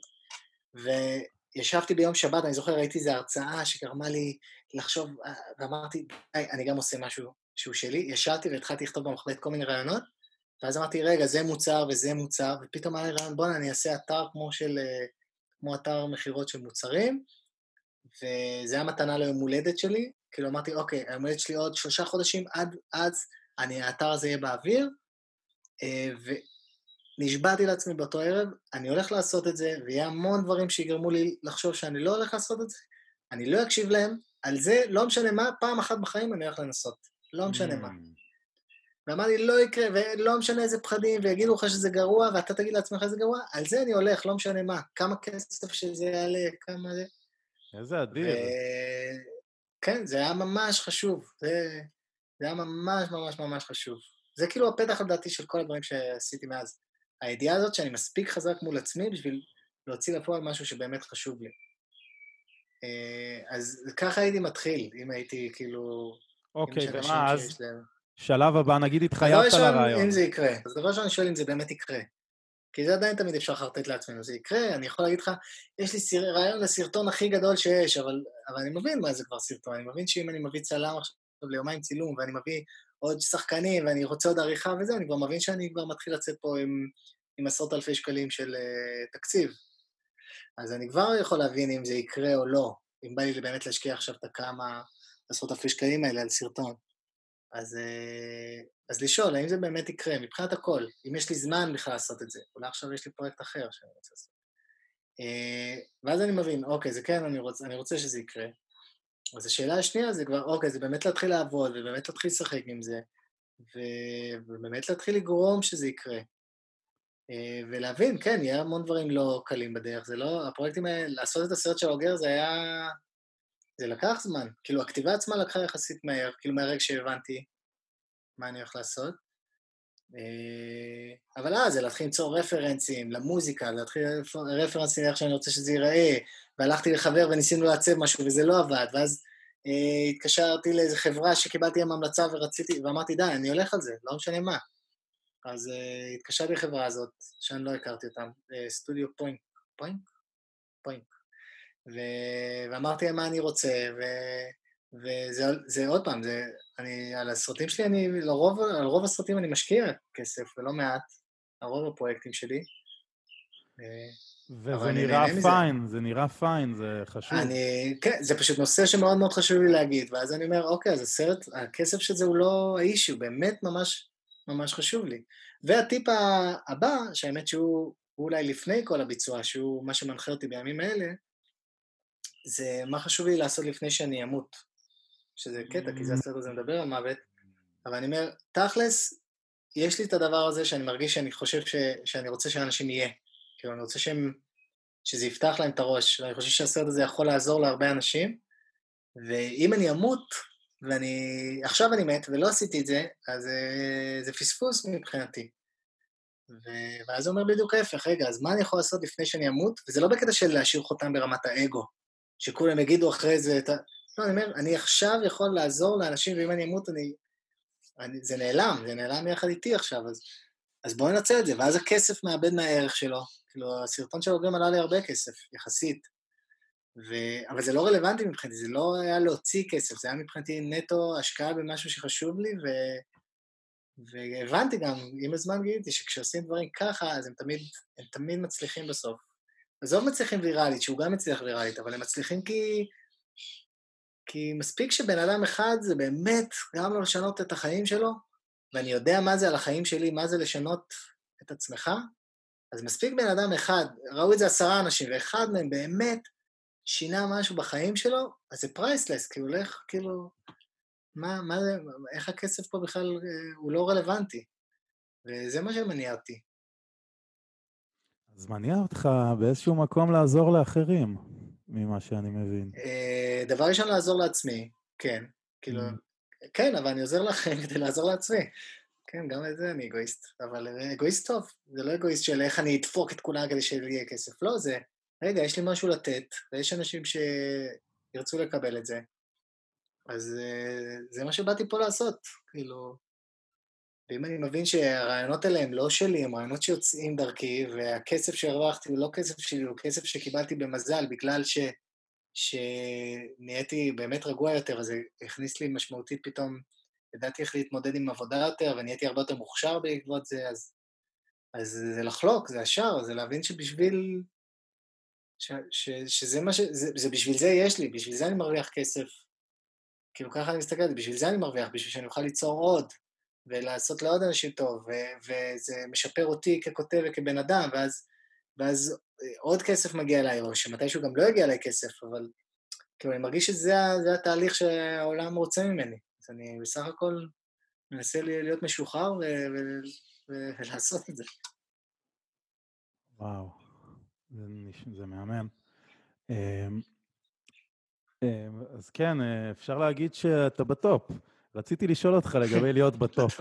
וישבתי ביום שבת, אני זוכר, ראיתי איזו הרצאה שגרמה לי לחשוב, ואמרתי, אני גם עושה משהו שהוא שלי, ישבתי והתחלתי לכתוב במחברת כל מיני רעיונות, ואז אמרתי, רגע, זה מוצר וזה מוצר, ופתאום היה לי רעיון, בוא'נה, אני אעשה אתר כמו אתר מכירות של מוצרים, וזה היה מתנה ליום הולדת שלי, כאילו אמרתי, אוקיי, היום הולדת שלי עוד 3 חודשים, עד אז האתר הזה יהיה באוויר, ונשבעתי לעצמי באותו ערב, אני הולך לעשות את זה, ויהיה המון דברים שיגרמו לי לחשוב שאני לא הולך לעשות את זה, אני לא אקשיב להם, על זה לא משנה מה, פעם אחת בחיים אני הולך לנסות, לא משנה מה. ואמרתי, לא יקרה, ולא משנה איזה פחדים, ויגידו לך שזה גרוע, ואתה תגיד לעצמך שזה גרוע, על זה אני הולך, לא משנה מה, כמה כסף שזה יעלה, כמה זה. איזה אדיר. כן, זה היה ממש חשוב, זה היה ממש ממש ממש חשוב. זה כאילו הפתח לדעתי של כל הדברים שעשיתי מאז. הידיעה הזאת שאני מספיק חזק מול עצמי בשביל להוציא לפועל משהו שבאמת חשוב לי. אז ככה הייתי מתחיל, אם הייתי כאילו... אוקיי, ומה אז? שלב הבא, נגיד התחייבת לרעיון. לרעיון. אם זה יקרה. אז דבר ראשון אני שואל אם זה באמת יקרה. כי זה עדיין תמיד אפשר לחרטט לעצמנו, זה יקרה, אני יכול להגיד לך, יש לי רעיון לסרטון הכי גדול שיש, אבל אני מבין מה זה כבר סרטון, אני מבין שאם אני מביא צלם עכשיו ליומיים צילום, ואני מביא עוד שחקנים, ואני רוצה עוד עריכה וזה, אני כבר מבין שאני כבר מתחיל לצאת פה עם 10,000 שקלים של תקציב. אז אני כבר יכול להבין אם זה יקרה או לא, אם בא לי באמת להשקיע עכשיו את הכמה 10,000 שקלים האלה על סרטון. אז לשאול, האם זה באמת יקרה, מבחינת הכל, אם יש לי זמן בכלל לעשות את זה, אולי עכשיו יש לי פרויקט אחר שאני רוצה לעשות. ואז אני מבין, אוקיי, זה כן, אני רוצה שזה יקרה. אז השאלה השנייה זה כבר, אוקיי, זה באמת להתחיל לעבוד, ובאמת להתחיל לשחק עם זה, ובאמת להתחיל לגרום שזה יקרה. ולהבין, כן, יהיה המון דברים לא קלים בדרך, זה לא, הפרויקטים האלה, לעשות את הסרט של אוגר זה היה, זה לקח זמן, כאילו הכתיבה עצמה לקחה יחסית מהר, כאילו מהרגע שהבנתי מה אני הולך לעשות. אבל זה להתחיל למצוא רפרנסים למוזיקה, להתחיל רפרנסים לאיך שאני רוצה שזה ייראה, והלכתי לחבר וניסינו לעצב משהו וזה לא עבד, ואז התקשרתי לאיזו חברה שקיבלתי עם המלצה ורציתי, ואמרתי די, אני הולך על זה, לא משנה מה. אז התקשרתי לחברה הזאת, שאני לא הכרתי אותם, סטודיו פוינק, ואמרתי להם מה אני רוצה, וזה עוד פעם, על הסרטים שלי, על רוב הסרטים אני משקיע כסף, ולא מעט, על רוב הפרויקטים שלי. וזה נראה פיין, זה נראה פיין, זה חשוב. כן, זה פשוט נושא שמאוד מאוד חשוב לי להגיד, ואז אני אומר, אוקיי, אז הסרט, הכסף של זה הוא לא האיש, הוא באמת ממש, ממש חשוב לי. והטיפ הבא, שהאמת שהוא אולי לפני כל הביצוע, שהוא מה שמנחה אותי בימים האלה, זה מה חשוב לי לעשות לפני שאני אמות. שזה קטע, כי זה הסרט הזה מדבר על מוות, אבל אני אומר, תכלס, יש לי את הדבר הזה שאני מרגיש שאני חושב שאני רוצה שאנשים יהיה. כאילו, אני רוצה שזה יפתח להם את הראש, ואני חושב שהסרט הזה יכול לעזור להרבה אנשים, ואם אני אמות, עכשיו אני מת ולא עשיתי את זה, אז זה פספוס מבחינתי. ואז זה אומר בדיוק ההפך, רגע, אז מה אני יכול לעשות לפני שאני אמות? וזה לא בקטע של להשאיר חותם ברמת האגו, שכולם יגידו אחרי זה, לא, אני אומר, אני עכשיו יכול לעזור לאנשים, ואם אני אמות, זה נעלם יחד איתי עכשיו, אז בואו ננצל את זה, ואז הכסף מאבד מהערך שלו, כאילו, הסרטון של אוגרים עלה לי הרבה כסף, יחסית, אבל זה לא רלוונטי מבחינתי, זה לא היה להוציא כסף, זה היה מבחינתי נטו השקעה במשהו שחשוב לי, והבנתי גם, עם הזמן גיליתי, שכשעושים דברים ככה, אז הם תמיד מצליחים בסוף. עזוב מצליחים ויראלית, שהוא גם מצליח ויראלית, אבל הם מצליחים כי מספיק שבן אדם אחד זה באמת גם לא לשנות את החיים שלו, ואני יודע מה זה על החיים שלי, מה זה לשנות את עצמך, אז מספיק בן אדם אחד, ראו את זה 10 אנשים, ואחד מהם באמת שינה משהו בחיים שלו, אז זה פרייסלס, כי הוא הולך, כאילו, מה זה, איך הכסף פה בכלל הוא לא רלוונטי, וזה מה שמניע אותי. אז מניע אותך באיזשהו מקום לעזור לאחרים, ממה שאני מבין. דבר ראשון, לעזור לעצמי, כן, כאילו, Mm. כן, אבל אני עוזר לכם כדי לעזור לעצמי. כן, גם את זה אני אגואיסט, אבל אגואיסט טוב, זה לא אגואיסט של איך אני אדפוק את כולם כדי שיהיה לי כסף, לא, זה, רגע, יש לי משהו לתת, ויש אנשים שירצו לקבל את זה, אז זה מה שבאתי פה לעשות, כאילו, ואם אני מבין שהרעיונות האלה הם לא שלי, הם רעיונות שיוצאים דרכי, והכסף שהרווחתי הוא לא כסף שלי, הוא כסף שקיבלתי במזל, בגלל שנהייתי באמת רגוע יותר, אז זה הכניס לי משמעותית פתאום, ידעתי איך להתמודד עם עבודה יותר, ונהייתי הרבה יותר מוכשר בעקבות זה, אז זה לחלוק, זה השאר, זה להבין שבשביל, שזה מה זה בשביל זה יש לי, בשביל זה אני מרוויח כסף. כאילו ככה אני מסתכל על זה, בשביל זה אני מרוויח, בשביל שאני אוכל ליצור עוד, ולעשות לעוד אנשים טוב, וזה משפר אותי ככותב וכבן אדם, ואז עוד כסף מגיע אליי, או שמתישהו גם לא יגיע אליי כסף, אבל כאילו אני מרגיש שזה התהליך שהעולם רוצה ממני. אז אני בסך הכל מנסה להיות משוחרר ולעשות את זה. וואו, זה מהמם. אמ, אז כן, אפשר להגיד שאתה בטופ. רציתי לשאול אותך לגבי להיות בטופ.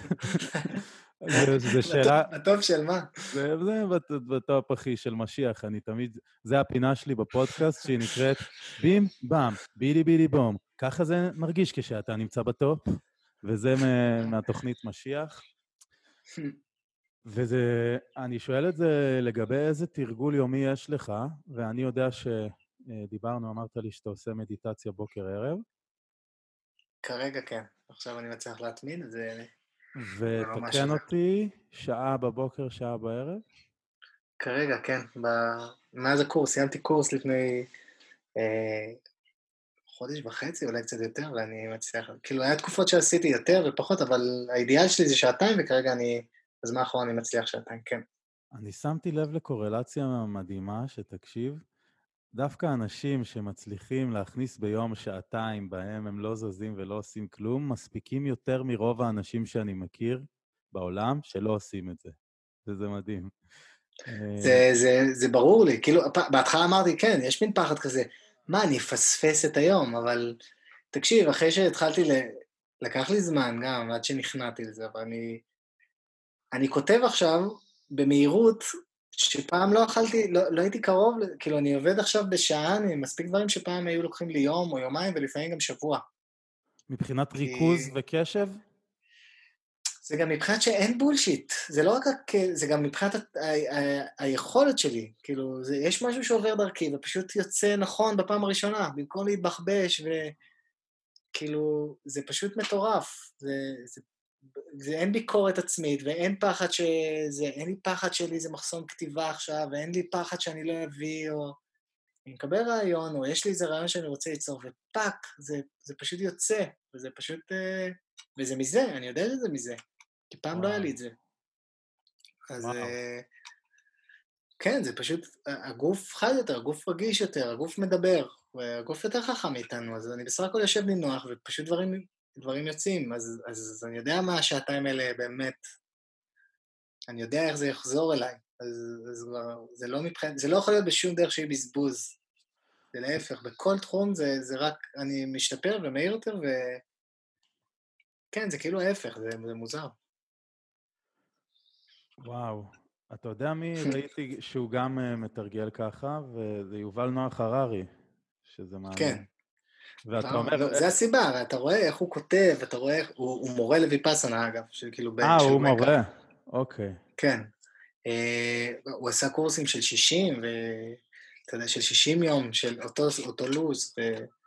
זו שאלה, בטוב של מה? זה בטופ, אחי, של משיח. אני תמיד, זה הפינה שלי בפודקאסט שהיא נקראת בים באם, בילי בילי בום. ככה זה מרגיש כשאתה נמצא בטופ, וזה מהתוכנית משיח. אני שואל את זה לגבי איזה תרגול יומי יש לך, ואני יודע שדיברנו, אמרת לי שאתה עושה מדיטציה בוקר-ערב. כרגע כן. עכשיו אני מצליח להתמיד, זה לא משהו ותקן זה. אותי, שעה בבוקר, שעה בערב? כרגע כן. מאז הקורס, סיימתי קורס לפני חודש וחצי, אולי קצת יותר, ואני מצליח, כאילו היה תקופות שעשיתי יותר ופחות, אבל האידיאל שלי זה שעתיים, וכרגע בזמן האחרון אני מצליח שעתיים, כן. אני שמתי לב לקורלציה מדהימה, שתקשיב, דווקא אנשים שמצליחים להכניס ביום שעתיים בהם הם לא זזים ולא עושים כלום, מספיקים יותר מרוב האנשים שאני מכיר בעולם שלא עושים את זה. וזה מדהים. זה ברור לי, כאילו, בהתחלה אמרתי, כן, יש מין פחד כזה, מה, אני אפספס את היום, אבל תקשיב, אחרי שהתחלתי, לקח לי זמן גם, עד שנכנעתי לזה, אבל אני כותב עכשיו במהירות, שפעם לא אכלתי, לא הייתי קרוב, כאילו, אני עובד עכשיו בשעה, אני מספיק דברים שפעם היו לוקחים לי יום או יומיים, ולפעמים גם שבוע. מבחינת כי ריכוז וקשב? זה גם מבחינת שאין בולשיט, זה לא רק, זה גם מבחינת היכולת שלי, כאילו, יש משהו שעובר דרכי, ופשוט יוצא נכון בפעם הראשונה, במקום להתבחבש, וכאילו, זה פשוט מטורף, אין ביקורת עצמית, ואין פחד אין לי פחד שלי, זה מחסום כתיבה עכשיו, ואין לי פחד שאני לא אביא, או אני מקבל רעיון, או יש לי איזה רעיון שאני רוצה ליצור, ופאק, זה פשוט יוצא, וזה פשוט, וזה מזה, אני יודע שזה מזה. כי פעם לא היה לי וואו, את זה. אז וואו. כן, זה פשוט, הגוף חי יותר, הגוף רגיש יותר, הגוף מדבר, והגוף יותר חכם מאיתנו, אז אני בסך הכל יושב נינוח, ופשוט דברים יוצאים, אז אני יודע מה השעתיים האלה באמת, אני יודע איך זה יחזור אליי, אז כבר, זה לא יכול להיות בשום דרך שהיא בזבוז, זה להפך, בכל תחום זה רק, אני משתפר ומהיר יותר, וכן, זה כאילו ההפך, זה מוזר. וואו. אתה יודע מי ראיתי שהוא גם מתרגל ככה, וזה יובל נוח הררי, שזה כן. מעניין. ואתה אומר, זה הסיבה, אתה רואה איך הוא כותב, אתה רואה איך, הוא מורה לויפאסנה אגב, של הוא ווקה. מורה. אוקיי. כן. הוא עשה קורסים של 60, ואתה יודע, של 60 יום, של אותו לוז,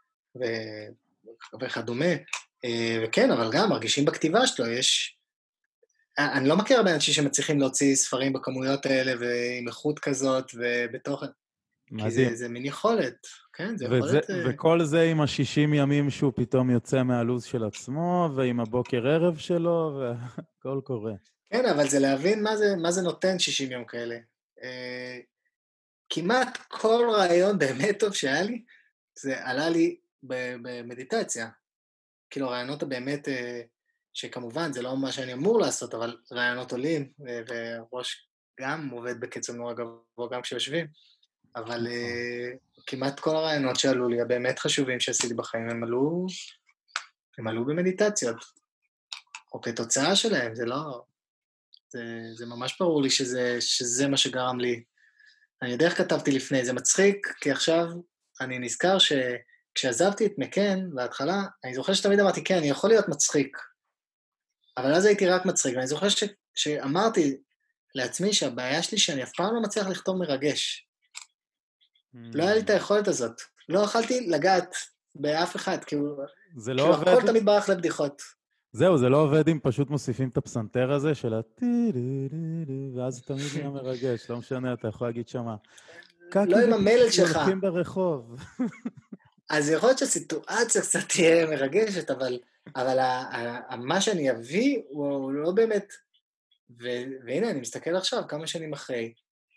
וכדומה. וכן, אבל גם מרגישים בכתיבה שלו, אני לא מכיר הרבה אנשים שמצליחים להוציא ספרים בכמויות האלה, ועם איכות כזאת, ובתוך, כי מדהים. זה מין יכולת, כן, זה יכולת... וכל זה עם ה-60 ימים שהוא פתאום יוצא מהלו"ז של עצמו, ועם הבוקר ערב שלו, והכל קורה. כן, אבל זה להבין מה זה נותן 60 יום כאלה. כמעט כל רעיון באמת טוב שהיה לי, זה עלה לי במדיטציה. כאילו הרעיונות הבאמת, שכמובן זה לא מה שאני אמור לעשות, אבל רעיונות עולים, וראש גם עובד בקצב נורא גבוה גם כשיושבים, אבל כמעט כל הרעיונות שעלו לי, הבאמת חשובים שעשיתי בחיים, הם עלו במדיטציות, או כתוצאה שלהם, זה לא... זה ממש ברור לי שזה מה שגרם לי. אני יודע איך כתבתי לפני, זה מצחיק, כי עכשיו אני נזכר שכשעזבתי את מקן בהתחלה, אני זוכר שתמיד אמרתי, כן, אני יכול להיות מצחיק, אבל אז הייתי רק מצחיק, ואני זוכר שאמרתי לעצמי שהבעיה שלי שאני אף פעם לא מצליח לכתוב מרגש. לא היה לי את היכולת הזאת. לא יכלתי לגעת באף אחד, כאילו הכל תמיד ברח לבדיחות. זהו, זה לא עובד אם פשוט מוסיפים את הפסנתר הזה של ואז תמיד יהיה מרגש, לא משנה, אתה יכול להגיד שמה. לא עם המלל שלך. הולכים ברחוב. אז יכול להיות שהסיטואציה קצת תהיה מרגשת, אבל מה שאני אביא הוא לא באמת, והנה אני מסתכל עכשיו כמה שנים אחרי,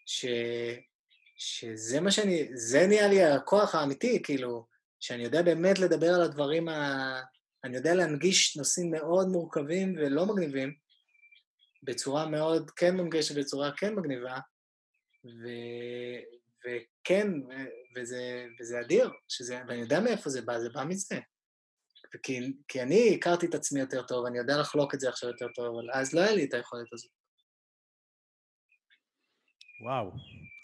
שזה מה זה נהיה לי הכוח האמיתי, כאילו, שאני יודע באמת לדבר על הדברים, אני יודע להנגיש נושאים מאוד מורכבים ולא מגניבים, בצורה מאוד כן מונגשת, בצורה כן מגניבה, וכן, וזה אדיר, ואני יודע מאיפה זה בא מזה. כי אני הכרתי את עצמי יותר טוב, אני יודע לחלוק את זה עכשיו יותר טוב, אבל אז לא היה לי את היכולת הזאת. וואו.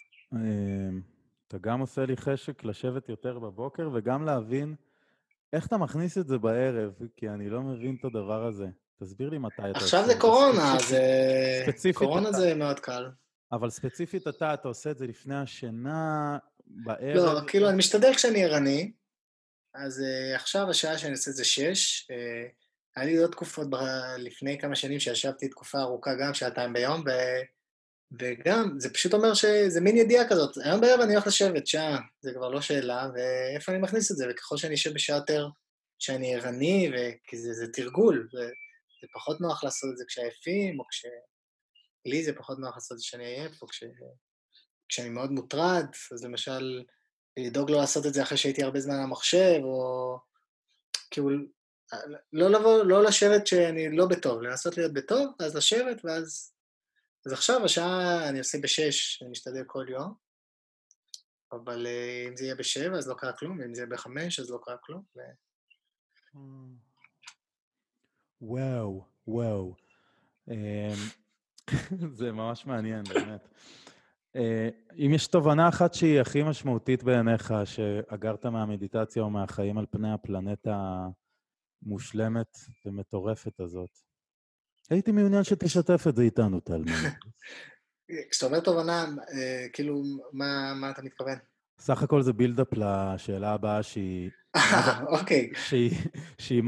אתה גם עושה לי חשק לשבת יותר בבוקר, וגם להבין איך אתה מכניס את זה בערב, כי אני לא מבין את הדבר הזה. תסביר לי מתי אתה עושה את זה. עכשיו זה קורונה, קורונה זה מאוד קל. אבל ספציפית אתה עושה את זה לפני השינה, בערב? לא, כאילו אני משתדל כשאני ערני, אז עכשיו השעה שאני עושה את זה 6, היה לי עוד תקופות לפני כמה שנים שישבתי תקופה ארוכה גם, 2 ביום, וגם, זה פשוט אומר שזה מין ידיעה כזאת, היום בערב אני הולך לשבת שעה, זה כבר לא שאלה, ואיפה אני מכניס את זה, וככל שאני אשב בשעה יותר שאני ערני, כי זה תרגול, זה פחות נוח לעשות את זה כשעייפים, או לי זה פחות נוח לעשות את זה כשאני עייף, או כשאני מאוד מוטרד, אז למשל, לדאוג לא לעשות את זה אחרי שהייתי הרבה זמן על המחשב, או כאילו, לא לשבת שאני לא בטוב, לנסות להיות בטוב, אז לשבת, אז עכשיו השעה אני עושה ב6, אני משתדל כל יום, אבל אם זה יהיה ב7 אז לא קרה כלום, ואם זה יהיה ב5 אז לא קרה כלום. וואו. זה ממש מעניין, באמת. אם יש תובנה אחת שהיא הכי משמעותית בעיניך, שאגרת מהמדיטציה או מהחיים על פני הפלנטה המושלמת ומטורפת הזאת, הייתי מעוניין שתשתף את זה איתנו, טל. כשאתה אומר תובנה, כאילו, מה אתה מתכוון? סך הכל זה בילדאפ לשאלה הבאה שהיא... אוקיי. שהיא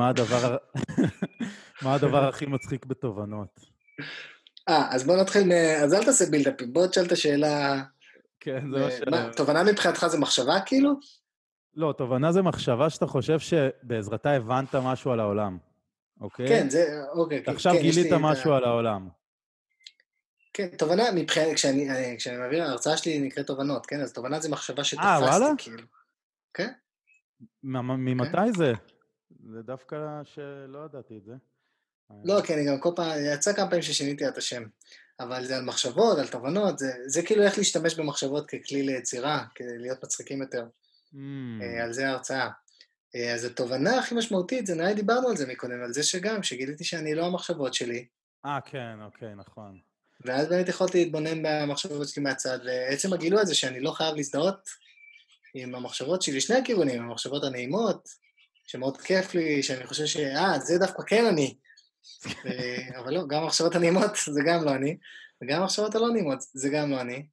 מה הדבר הכי מצחיק בתובנות. אז בוא נתחיל, אז אל תעשה בילדאפים, בוא תשאל את השאלה... כן, זה מה ש... תובנה מבחינתך זה מחשבה כאילו? לא, תובנה זה מחשבה שאתה חושב שבעזרתה הבנת משהו על העולם, אוקיי? כן, זה... אוקיי. עכשיו גילית משהו על העולם. כן, תובנה, כשאני מעביר, ההרצאה שלי נקראת תובנות, כן? אז תובנה זה מחשבה שתפסתי, כאילו. כן? ממתי זה? זה דווקא שלא ידעתי את זה. לא, כי אני גם כל פעם, יצא כמה פעמים ששיניתי את השם, אבל זה על מחשבות, על תובנות, זה כאילו איך להשתמש במחשבות ככלי ליצירה, כדי להיות מצחיקים יותר. על זה ההרצאה. אז התובנה הכי משמעותית, זה נראה דיברנו על זה מקודם, על זה שגיליתי שאני לא המחשבות שלי. כן, אוקיי, נכון. ואז באמת יכולתי להתבונן במחשבות שלי מהצד, ועצם הגילוי הזה שאני לא חייב להזדהות עם המחשבות שלי, שני הכיוונים, המחשבות הנעימות, שמאוד כיף לי, שאני חושב זה דווקא כן אני. אבל לא, גם המחשבות הנעימות זה גם לא אני, וגם המחשבות הלא נעימות זה גם לא אני.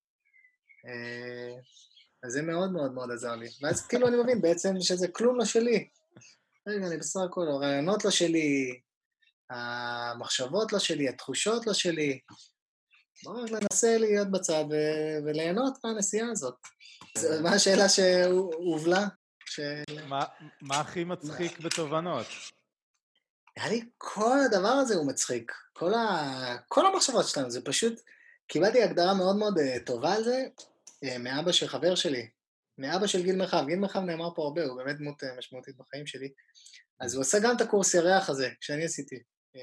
אז זה מאוד מאוד מאוד עזר לי. ואז כאילו אני מבין בעצם שזה כלום לא שלי. רגע, אני בסך הכל, הרעיונות לא שלי, המחשבות לא שלי, התחושות לא שלי. בואו ננסה להיות בצד וליהנות מהנסיעה הזאת. מה השאלה שהובלה? מה הכי מצחיק בתובנות? נראה לי כל הדבר הזה הוא מצחיק. כל המחשבות שלנו, זה פשוט, קיבלתי הגדרה מאוד מאוד טובה על זה, מאבא של חבר שלי, מאבא של גיל מרחב. גיל מרחב נאמר פה הרבה, הוא באמת דמות משמעותית בחיים שלי. אז הוא עושה גם את הקורס ירח הזה, שאני עשיתי,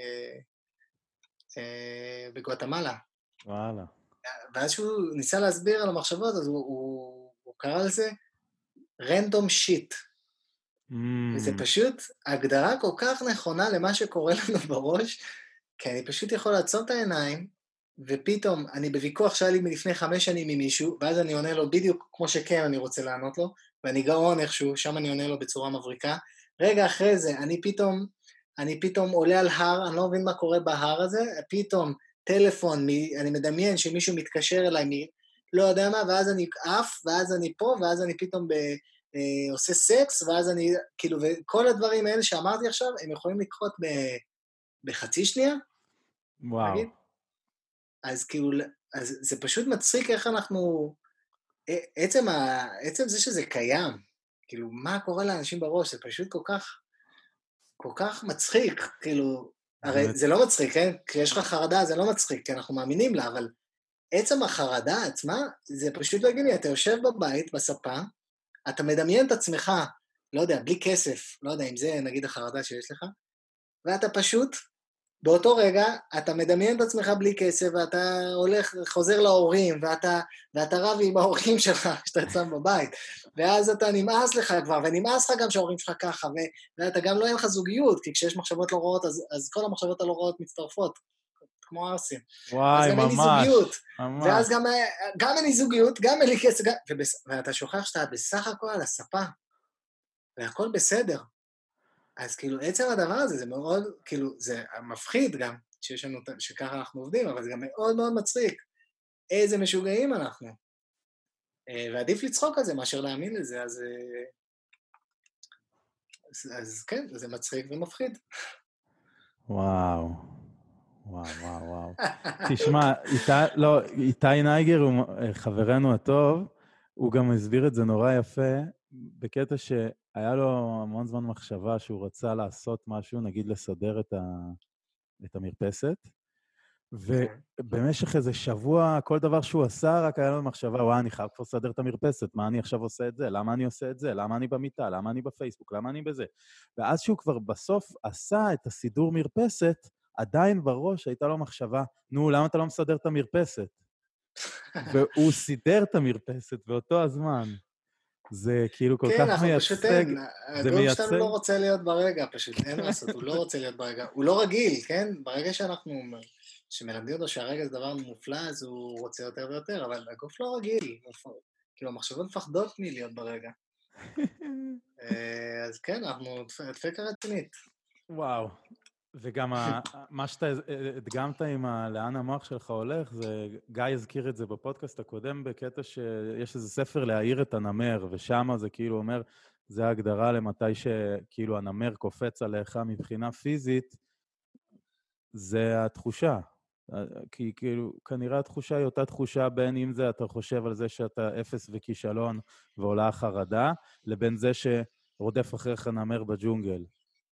בגואטמלה. וואלה. ואז שהוא ניסה להסביר על המחשבות, אז הוא קרא לזה random shit. וזה פשוט הגדרה כל כך נכונה למה שקורה לנו בראש, כי אני פשוט יכול לעצום את העיניים, ופתאום אני בוויכוח שהיה לי מלפני 5 שנים עם מישהו, ואז אני עונה לו בדיוק כמו שכן אני רוצה לענות לו, ואני גאון איכשהו, שם אני עונה לו בצורה מבריקה. רגע אחרי זה, אני פתאום עולה על הר, אני לא מבין מה קורה בהר הזה, פתאום טלפון, אני מדמיין שמישהו מתקשר אליי, לא יודע מה, ואז אני עף, ואז אני פה, ואז אני פתאום עושה סקס, ואז אני, כאילו, וכל הדברים האלה שאמרתי עכשיו, הם יכולים לקרות בחצי שנייה, וואו. נגיד. אז כאילו, אז זה פשוט מצחיק איך אנחנו, עצם זה שזה קיים, כאילו, מה קורה לאנשים בראש, זה פשוט כל כך מצחיק, כאילו, הרי זה לא מצחיק, כן? כשיש לך חרדה זה לא מצחיק, כי אנחנו מאמינים לה, אבל עצם החרדה עצמה, זה פשוט לא הגיוני, אתה יושב בבית, בספה, אתה מדמיין את עצמך, לא יודע, בלי כסף, לא יודע אם זה נגיד החרדה שיש לך, ואתה פשוט, באותו רגע, אתה מדמיין את עצמך בלי כסף, ואתה חוזר להורים, ואתה רב עם ההורים שלך, שאתה אצלם בבית, ואז אתה נמאס לך כבר, ונמאס לך גם שההורים שלך ככה, ואתה גם לא אין לך זוגיות, כי כשיש מחשבות לא רעות, אז כל המחשבות הלא רעות מצטרפות, כמו ארסים. אז וואי, גם אין לי ממש, זוגיות, ממש. ואז גם אין לי זוגיות, גם אין לי כסף, ואתה שוכח שאתה בסך הכל על הספה, והכל בסדר. אז כאילו, עצם הדבר הזה, זה מאוד, כאילו, זה מפחיד גם, שיש לנו, שככה אנחנו עובדים, אבל זה גם מאוד מאוד מצחיק. איזה משוגעים אנחנו. ועדיף לצחוק על זה מאשר להאמין לזה, אז כן, זה מצחיק ומפחיד. וואו. וואו, וואו, וואו. תשמע, איתי נייגר, הוא חברנו הטוב, הוא גם הסביר את זה נורא יפה, בקטע שהיה לו המון זמן מחשבה שהוא רצה לעשות משהו, נגיד לסדר את המרפסת, ובמשך איזה שבוע, כל דבר שהוא עשה, רק היה לו מחשבה, וואי, אני חייב כבר לסדר את המרפסת, מה אני עכשיו עושה את זה? למה אני עושה את זה? למה אני במיטה? למה אני בפייסבוק? למה אני בזה? ואז שהוא כבר בסוף עשה את הסידור מרפסת, עדיין בראש הייתה לו מחשבה, נו, למה אתה לא מסדר את המרפסת? והוא סידר את המרפסת באותו הזמן. זה כאילו כל כן, כך אנחנו פשוט מייצג, אין, זה הגוף שלנו מייצג. לא רוצה להיות ברגע, פשוט אין מה לעשות, הוא לא רוצה להיות ברגע, הוא לא רגיל, כן? ברגע שמלמדים אותו שהרגע זה דבר מופלא, אז הוא רוצה יותר ויותר, אבל הגוף לא רגיל, כאילו המחשבות מפחדות מלהיות ברגע. אז כן, אנחנו דפקה רצינית. וואו. וגם מה שאתה הדגמת עם לאן המוח שלך הולך, זה, גיא הזכיר את זה בפודקאסט הקודם, בקטע שיש איזה ספר להעיר את הנמר, ושם זה כאילו אומר, זה ההגדרה למתי שכאילו הנמר קופץ עליך מבחינה פיזית, זה התחושה. כי כאילו, כנראה התחושה היא אותה תחושה בין אם זה אתה חושב על זה שאתה אפס וכישלון ועולה החרדה, לבין זה שרודף אחריך נמר בג'ונגל.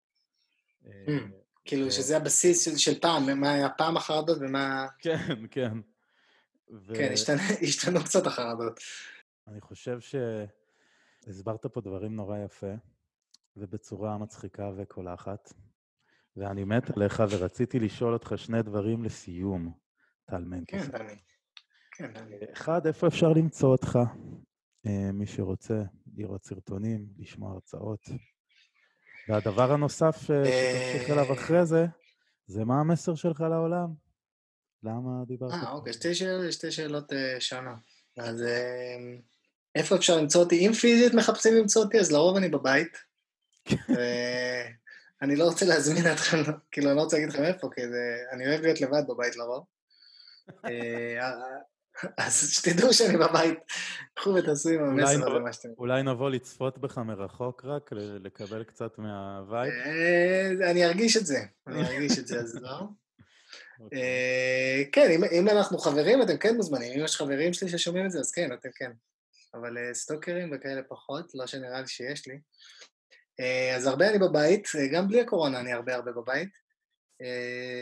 כאילו שזה הבסיס של פעם, מה היה פעם החרדות ומה... כן, כן. כן, השתנו קצת החרדות. אני חושב שהסברת פה דברים נורא יפה, ובצורה מצחיקה וקולחת, ואני מת עליך ורציתי לשאול אותך 2 דברים לסיום, טל מנקס. כן, דני. כן, דני. 1, איפה אפשר למצוא אותך? מי שרוצה לראות סרטונים, לשמוע הרצאות. והדבר הנוסף שתמשיך אליו אחרי זה, זה מה המסר שלך לעולם? למה דיברת פה? אוקיי, 2 שאלות שונות. אז איפה אפשר למצוא אותי? אם פיזית מחפשים למצוא אותי, אז לרוב אני בבית. אני לא רוצה להזמין אתכם, כאילו, אני לא רוצה להגיד לכם איפה, כי אני אוהב להיות לבד בבית לרוב. אז שתדעו שאני בבית, קחו ותעשו עם המסר הזה מה שאתם... אולי נבוא לצפות בך מרחוק רק, לקבל קצת מהווייב? אני ארגיש את זה, אז לא. כן, אם אנחנו חברים, אתם כן מוזמנים, אם יש חברים שלי ששומעים את זה, אז כן, אתם כן. אבל סטוקרים וכאלה פחות, לא שנראה לי שיש לי. אז הרבה אני בבית, גם בלי הקורונה אני הרבה בבית.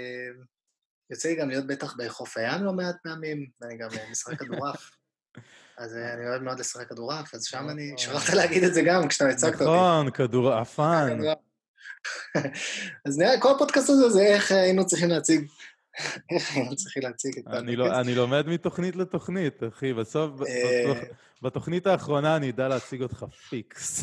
יוצא לי גם להיות בטח בחוף הים לא מעט פעמים, ואני גם משחק כדורעף. אז אני אוהב מאוד לשחק כדורעף, אז שם אני שכחת להגיד את זה גם כשאתה הצגת אותי. נכון, כדורעפן. אז נראה, כל הפודקאסט הזה זה איך היינו צריכים להציג, איך היינו צריכים להציג את טלמנקס. אני לומד מתוכנית לתוכנית, אחי. בסוף, בתוכנית האחרונה אני אדע להציג אותך פיקס.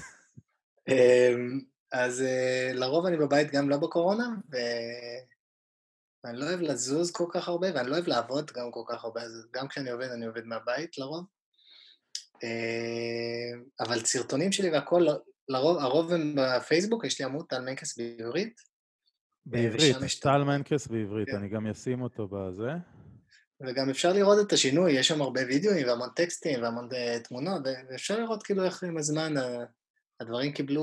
אז לרוב אני בבית גם לא בקורונה, ואני לא אוהב לזוז כל כך הרבה, ואני לא אוהב לעבוד גם כל כך הרבה, אז גם כשאני עובד, אני עובד מהבית לרוב. אבל סרטונים שלי והכל, לרוב, הרוב הם בפייסבוק, יש לי עמוד טלמנקס בעברית. בעברית, טל מנקס בעברית, אני גם אשים אותו בזה. וגם אפשר לראות את השינוי, יש שם הרבה וידאוים והמון טקסטים והמון תמונות, ואפשר לראות כאילו איך עם הזמן הדברים קיבלו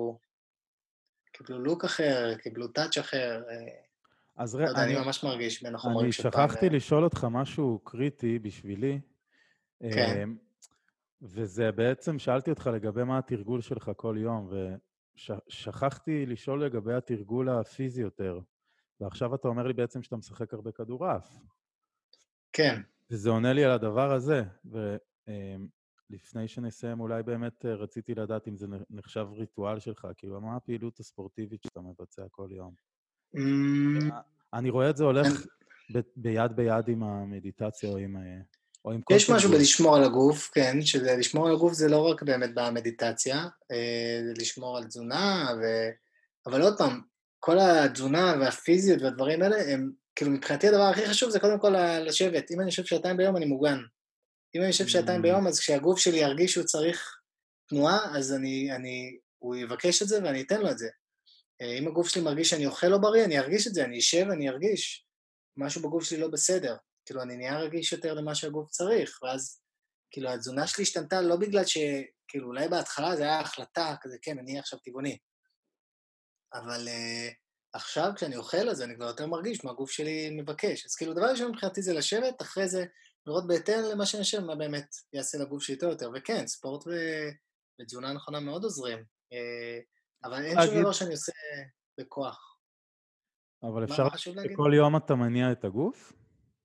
לוק אחר, קיבלו טאץ' אחר. אז לא יודע, אני ממש מרגיש בין החומרים של פעם. אני שכחתי לשאול אותך משהו קריטי בשבילי. כן. וזה בעצם, שאלתי אותך לגבי מה התרגול שלך כל יום, ושכחתי לשאול לגבי התרגול הפיזי יותר. ועכשיו אתה אומר לי בעצם שאתה משחק הרבה כדורעף. כן. וזה עונה לי על הדבר הזה. ולפני שנסיים, אולי באמת רציתי לדעת אם זה נחשב ריטואל שלך, כאילו, מה הפעילות הספורטיבית שאתה מבצע כל יום? אני רואה את זה הולך ביד ביד עם המדיטציה או עם כל... יש משהו בלשמור על הגוף, כן, שלשמור על הגוף זה לא רק באמת במדיטציה, זה לשמור על תזונה, אבל עוד פעם, כל התזונה והפיזיות והדברים האלה, הם, כאילו מבחינתי הדבר הכי חשוב זה קודם כל לשבת. אם אני יושב 2 ביום, אני מוגן. אם אני יושב 2 ביום, אז כשהגוף שלי ירגיש שהוא צריך תנועה, אז הוא יבקש את זה ואני אתן לו את זה. אם הגוף שלי מרגיש שאני אוכל לא בריא, אני ארגיש את זה, אני אשב ואני ארגיש. משהו בגוף שלי לא בסדר. כאילו, אני נהיה רגיש יותר למה שהגוף צריך, ואז, כאילו, התזונה שלי השתנתה לא בגלל כאילו, אולי בהתחלה זה היה החלטה כזה, כן, אני עכשיו טבעוני. אבל עכשיו, כשאני אוכל, אז אני כבר יותר מרגיש מה הגוף שלי מבקש. אז כאילו, דבר ראשון מבחינתי זה לשבת, אחרי זה לראות בהתאם למה שאני יושב, מה באמת יעשה לגוף שלי יותר. וכן, ספורט ותזונה נכונה מאוד עוזרים. אבל אין שום דבר שאני עושה בכוח. אבל אפשר שכל יום אתה מניע את הגוף?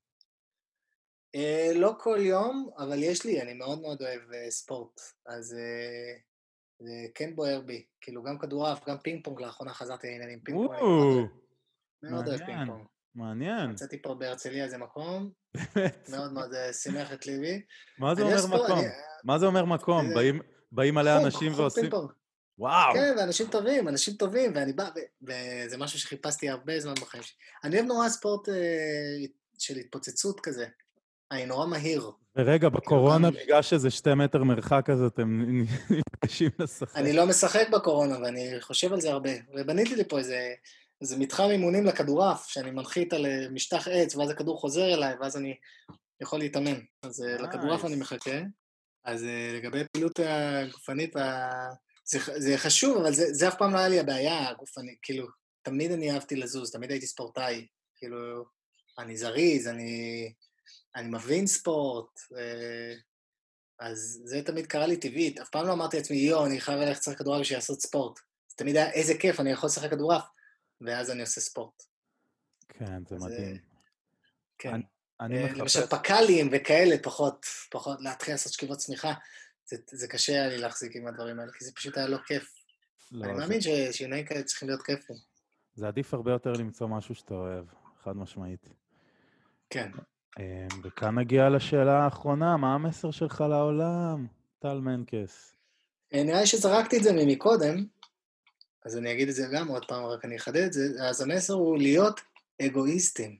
לא כל יום, אבל אני מאוד מאוד אוהב ספורט, אז זה כן בוער בי, כאילו גם כדורעף, גם פינג פונג, לאחרונה חזרתי לעניינים פינג פונג, אני מאוד אוהב פינג פונג. מעניין. מצאתי פה בהרצליה איזה מקום, מאוד מאוד שימח את ליבי. מה זה אומר מקום? מה זה אומר מקום? באים מלא אנשים ועושים... וואו. כן, ואנשים טובים, ואני בא, וזה משהו שחיפשתי הרבה זמן בחיים שלי. אני אוהב נורא ספורט של התפוצצות כזה. אני נורא מהיר. ורגע, בקורונה, בגלל שזה 2 מטר מרחק, אז אתם נפגשים לשחק. אני לא משחק בקורונה, ואני חושב על זה הרבה. ובניתי לי פה איזה מתחם אימונים לכדורעף, שאני מנחית על משטח עץ, ואז הכדור חוזר אליי, ואז אני יכול להתאמן. אז לכדורעף אני מחכה. אז לגבי פעילות הגופנית, זה חשוב, אבל זה אף פעם לא היה לי הבעיה הגופנית. כאילו, תמיד אני אהבתי לזוז, תמיד הייתי ספורטאי. כאילו, אני זריז, אני מבין ספורט, אז זה תמיד קרה לי טבעית. אף פעם לא אמרתי לעצמי, אני חייב ללכת לשחק כדורעף בשביל לעשות ספורט. זה תמיד היה איזה כיף, אני יכול לשחק כדורעף, ואז אני עושה ספורט. כן, זה מדהים. כן. למשל פקלים וכאלה, פחות להתחיל לעשות שכיבות צמיחה, זה קשה היה לי להחזיק עם הדברים האלה, כי זה פשוט היה לא כיף. אני מאמין ששינויים כאלה צריכים להיות כיפים. זה עדיף הרבה יותר למצוא משהו שאתה אוהב, חד משמעית. כן. וכאן נגיע לשאלה האחרונה, מה המסר שלך לעולם, טל מנקס? נראה לי שזרקתי את זה מקודם, אז אני אגיד את זה גם עוד פעם, רק אני אחדד את זה, אז המסר הוא להיות אגואיסטים.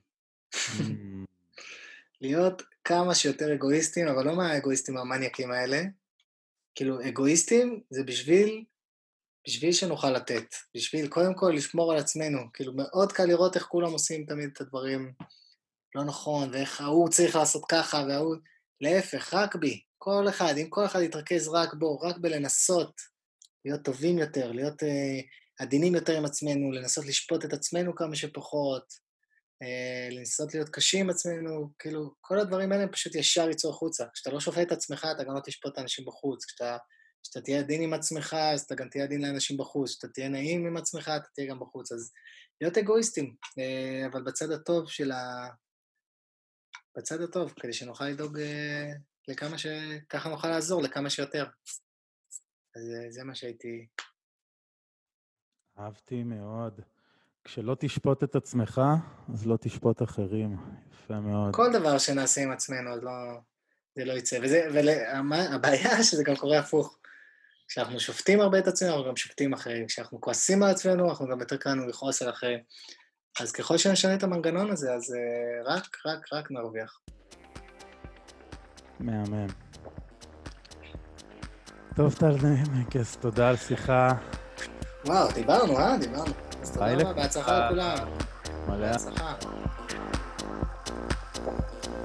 להיות כמה שיותר אגואיסטים, אבל לא מהאגואיסטים המניאקים האלה, כאילו אגואיסטים זה בשביל שנוכל לתת, בשביל קודם כל לשמור על עצמנו, כאילו מאוד קל לראות איך כולם עושים תמיד את הדברים לא נכון, ואיך ההוא צריך לעשות ככה, וההוא, להפך, רק בי, כל אחד, אם כל אחד יתרכז רק בו, רק בלנסות להיות טובים יותר, להיות עדינים יותר עם עצמנו, לנסות לשפוט את עצמנו כמה שפחות, לנסות להיות קשים עם עצמנו, כאילו, כל הדברים האלה הם פשוט ישר ייצאו החוצה. כשאתה לא שופט את עצמך, אתה גם לא תשפוט את האנשים בחוץ. כשאתה תהיה עדין עם עצמך, אז אתה גם תהיה עדין לאנשים בחוץ. כשאתה תהיה נעים עם עצמך, אתה תהיה גם בחוץ. אז להיות אגואיסטים, אבל בצד הטוב בצד הטוב, כדי שנוכל לדאוג לכמה שככה נוכל לעזור, לכמה שיותר. אז זה מה שהייתי... אהבתי מאוד. כשלא תשפוט את עצמך, אז לא תשפוט אחרים. יפה מאוד. כל דבר שנעשה עם עצמנו, אז לא, זה לא יצא. והבעיה שזה גם קורה הפוך. כשאנחנו שופטים הרבה את עצמנו, אנחנו גם שופטים אחרים. כשאנחנו כועסים על עצמנו, אנחנו גם יותר קל לנו לכעוס על אחרים. אז ככל שנשנה את המנגנון הזה, אז רק נרוויח. מהמם. טוב, טל מקס, תודה על שיחה. וואו, דיברנו. אז תודה רבה, בהצלחה לכולם. מלא. בהצלחה.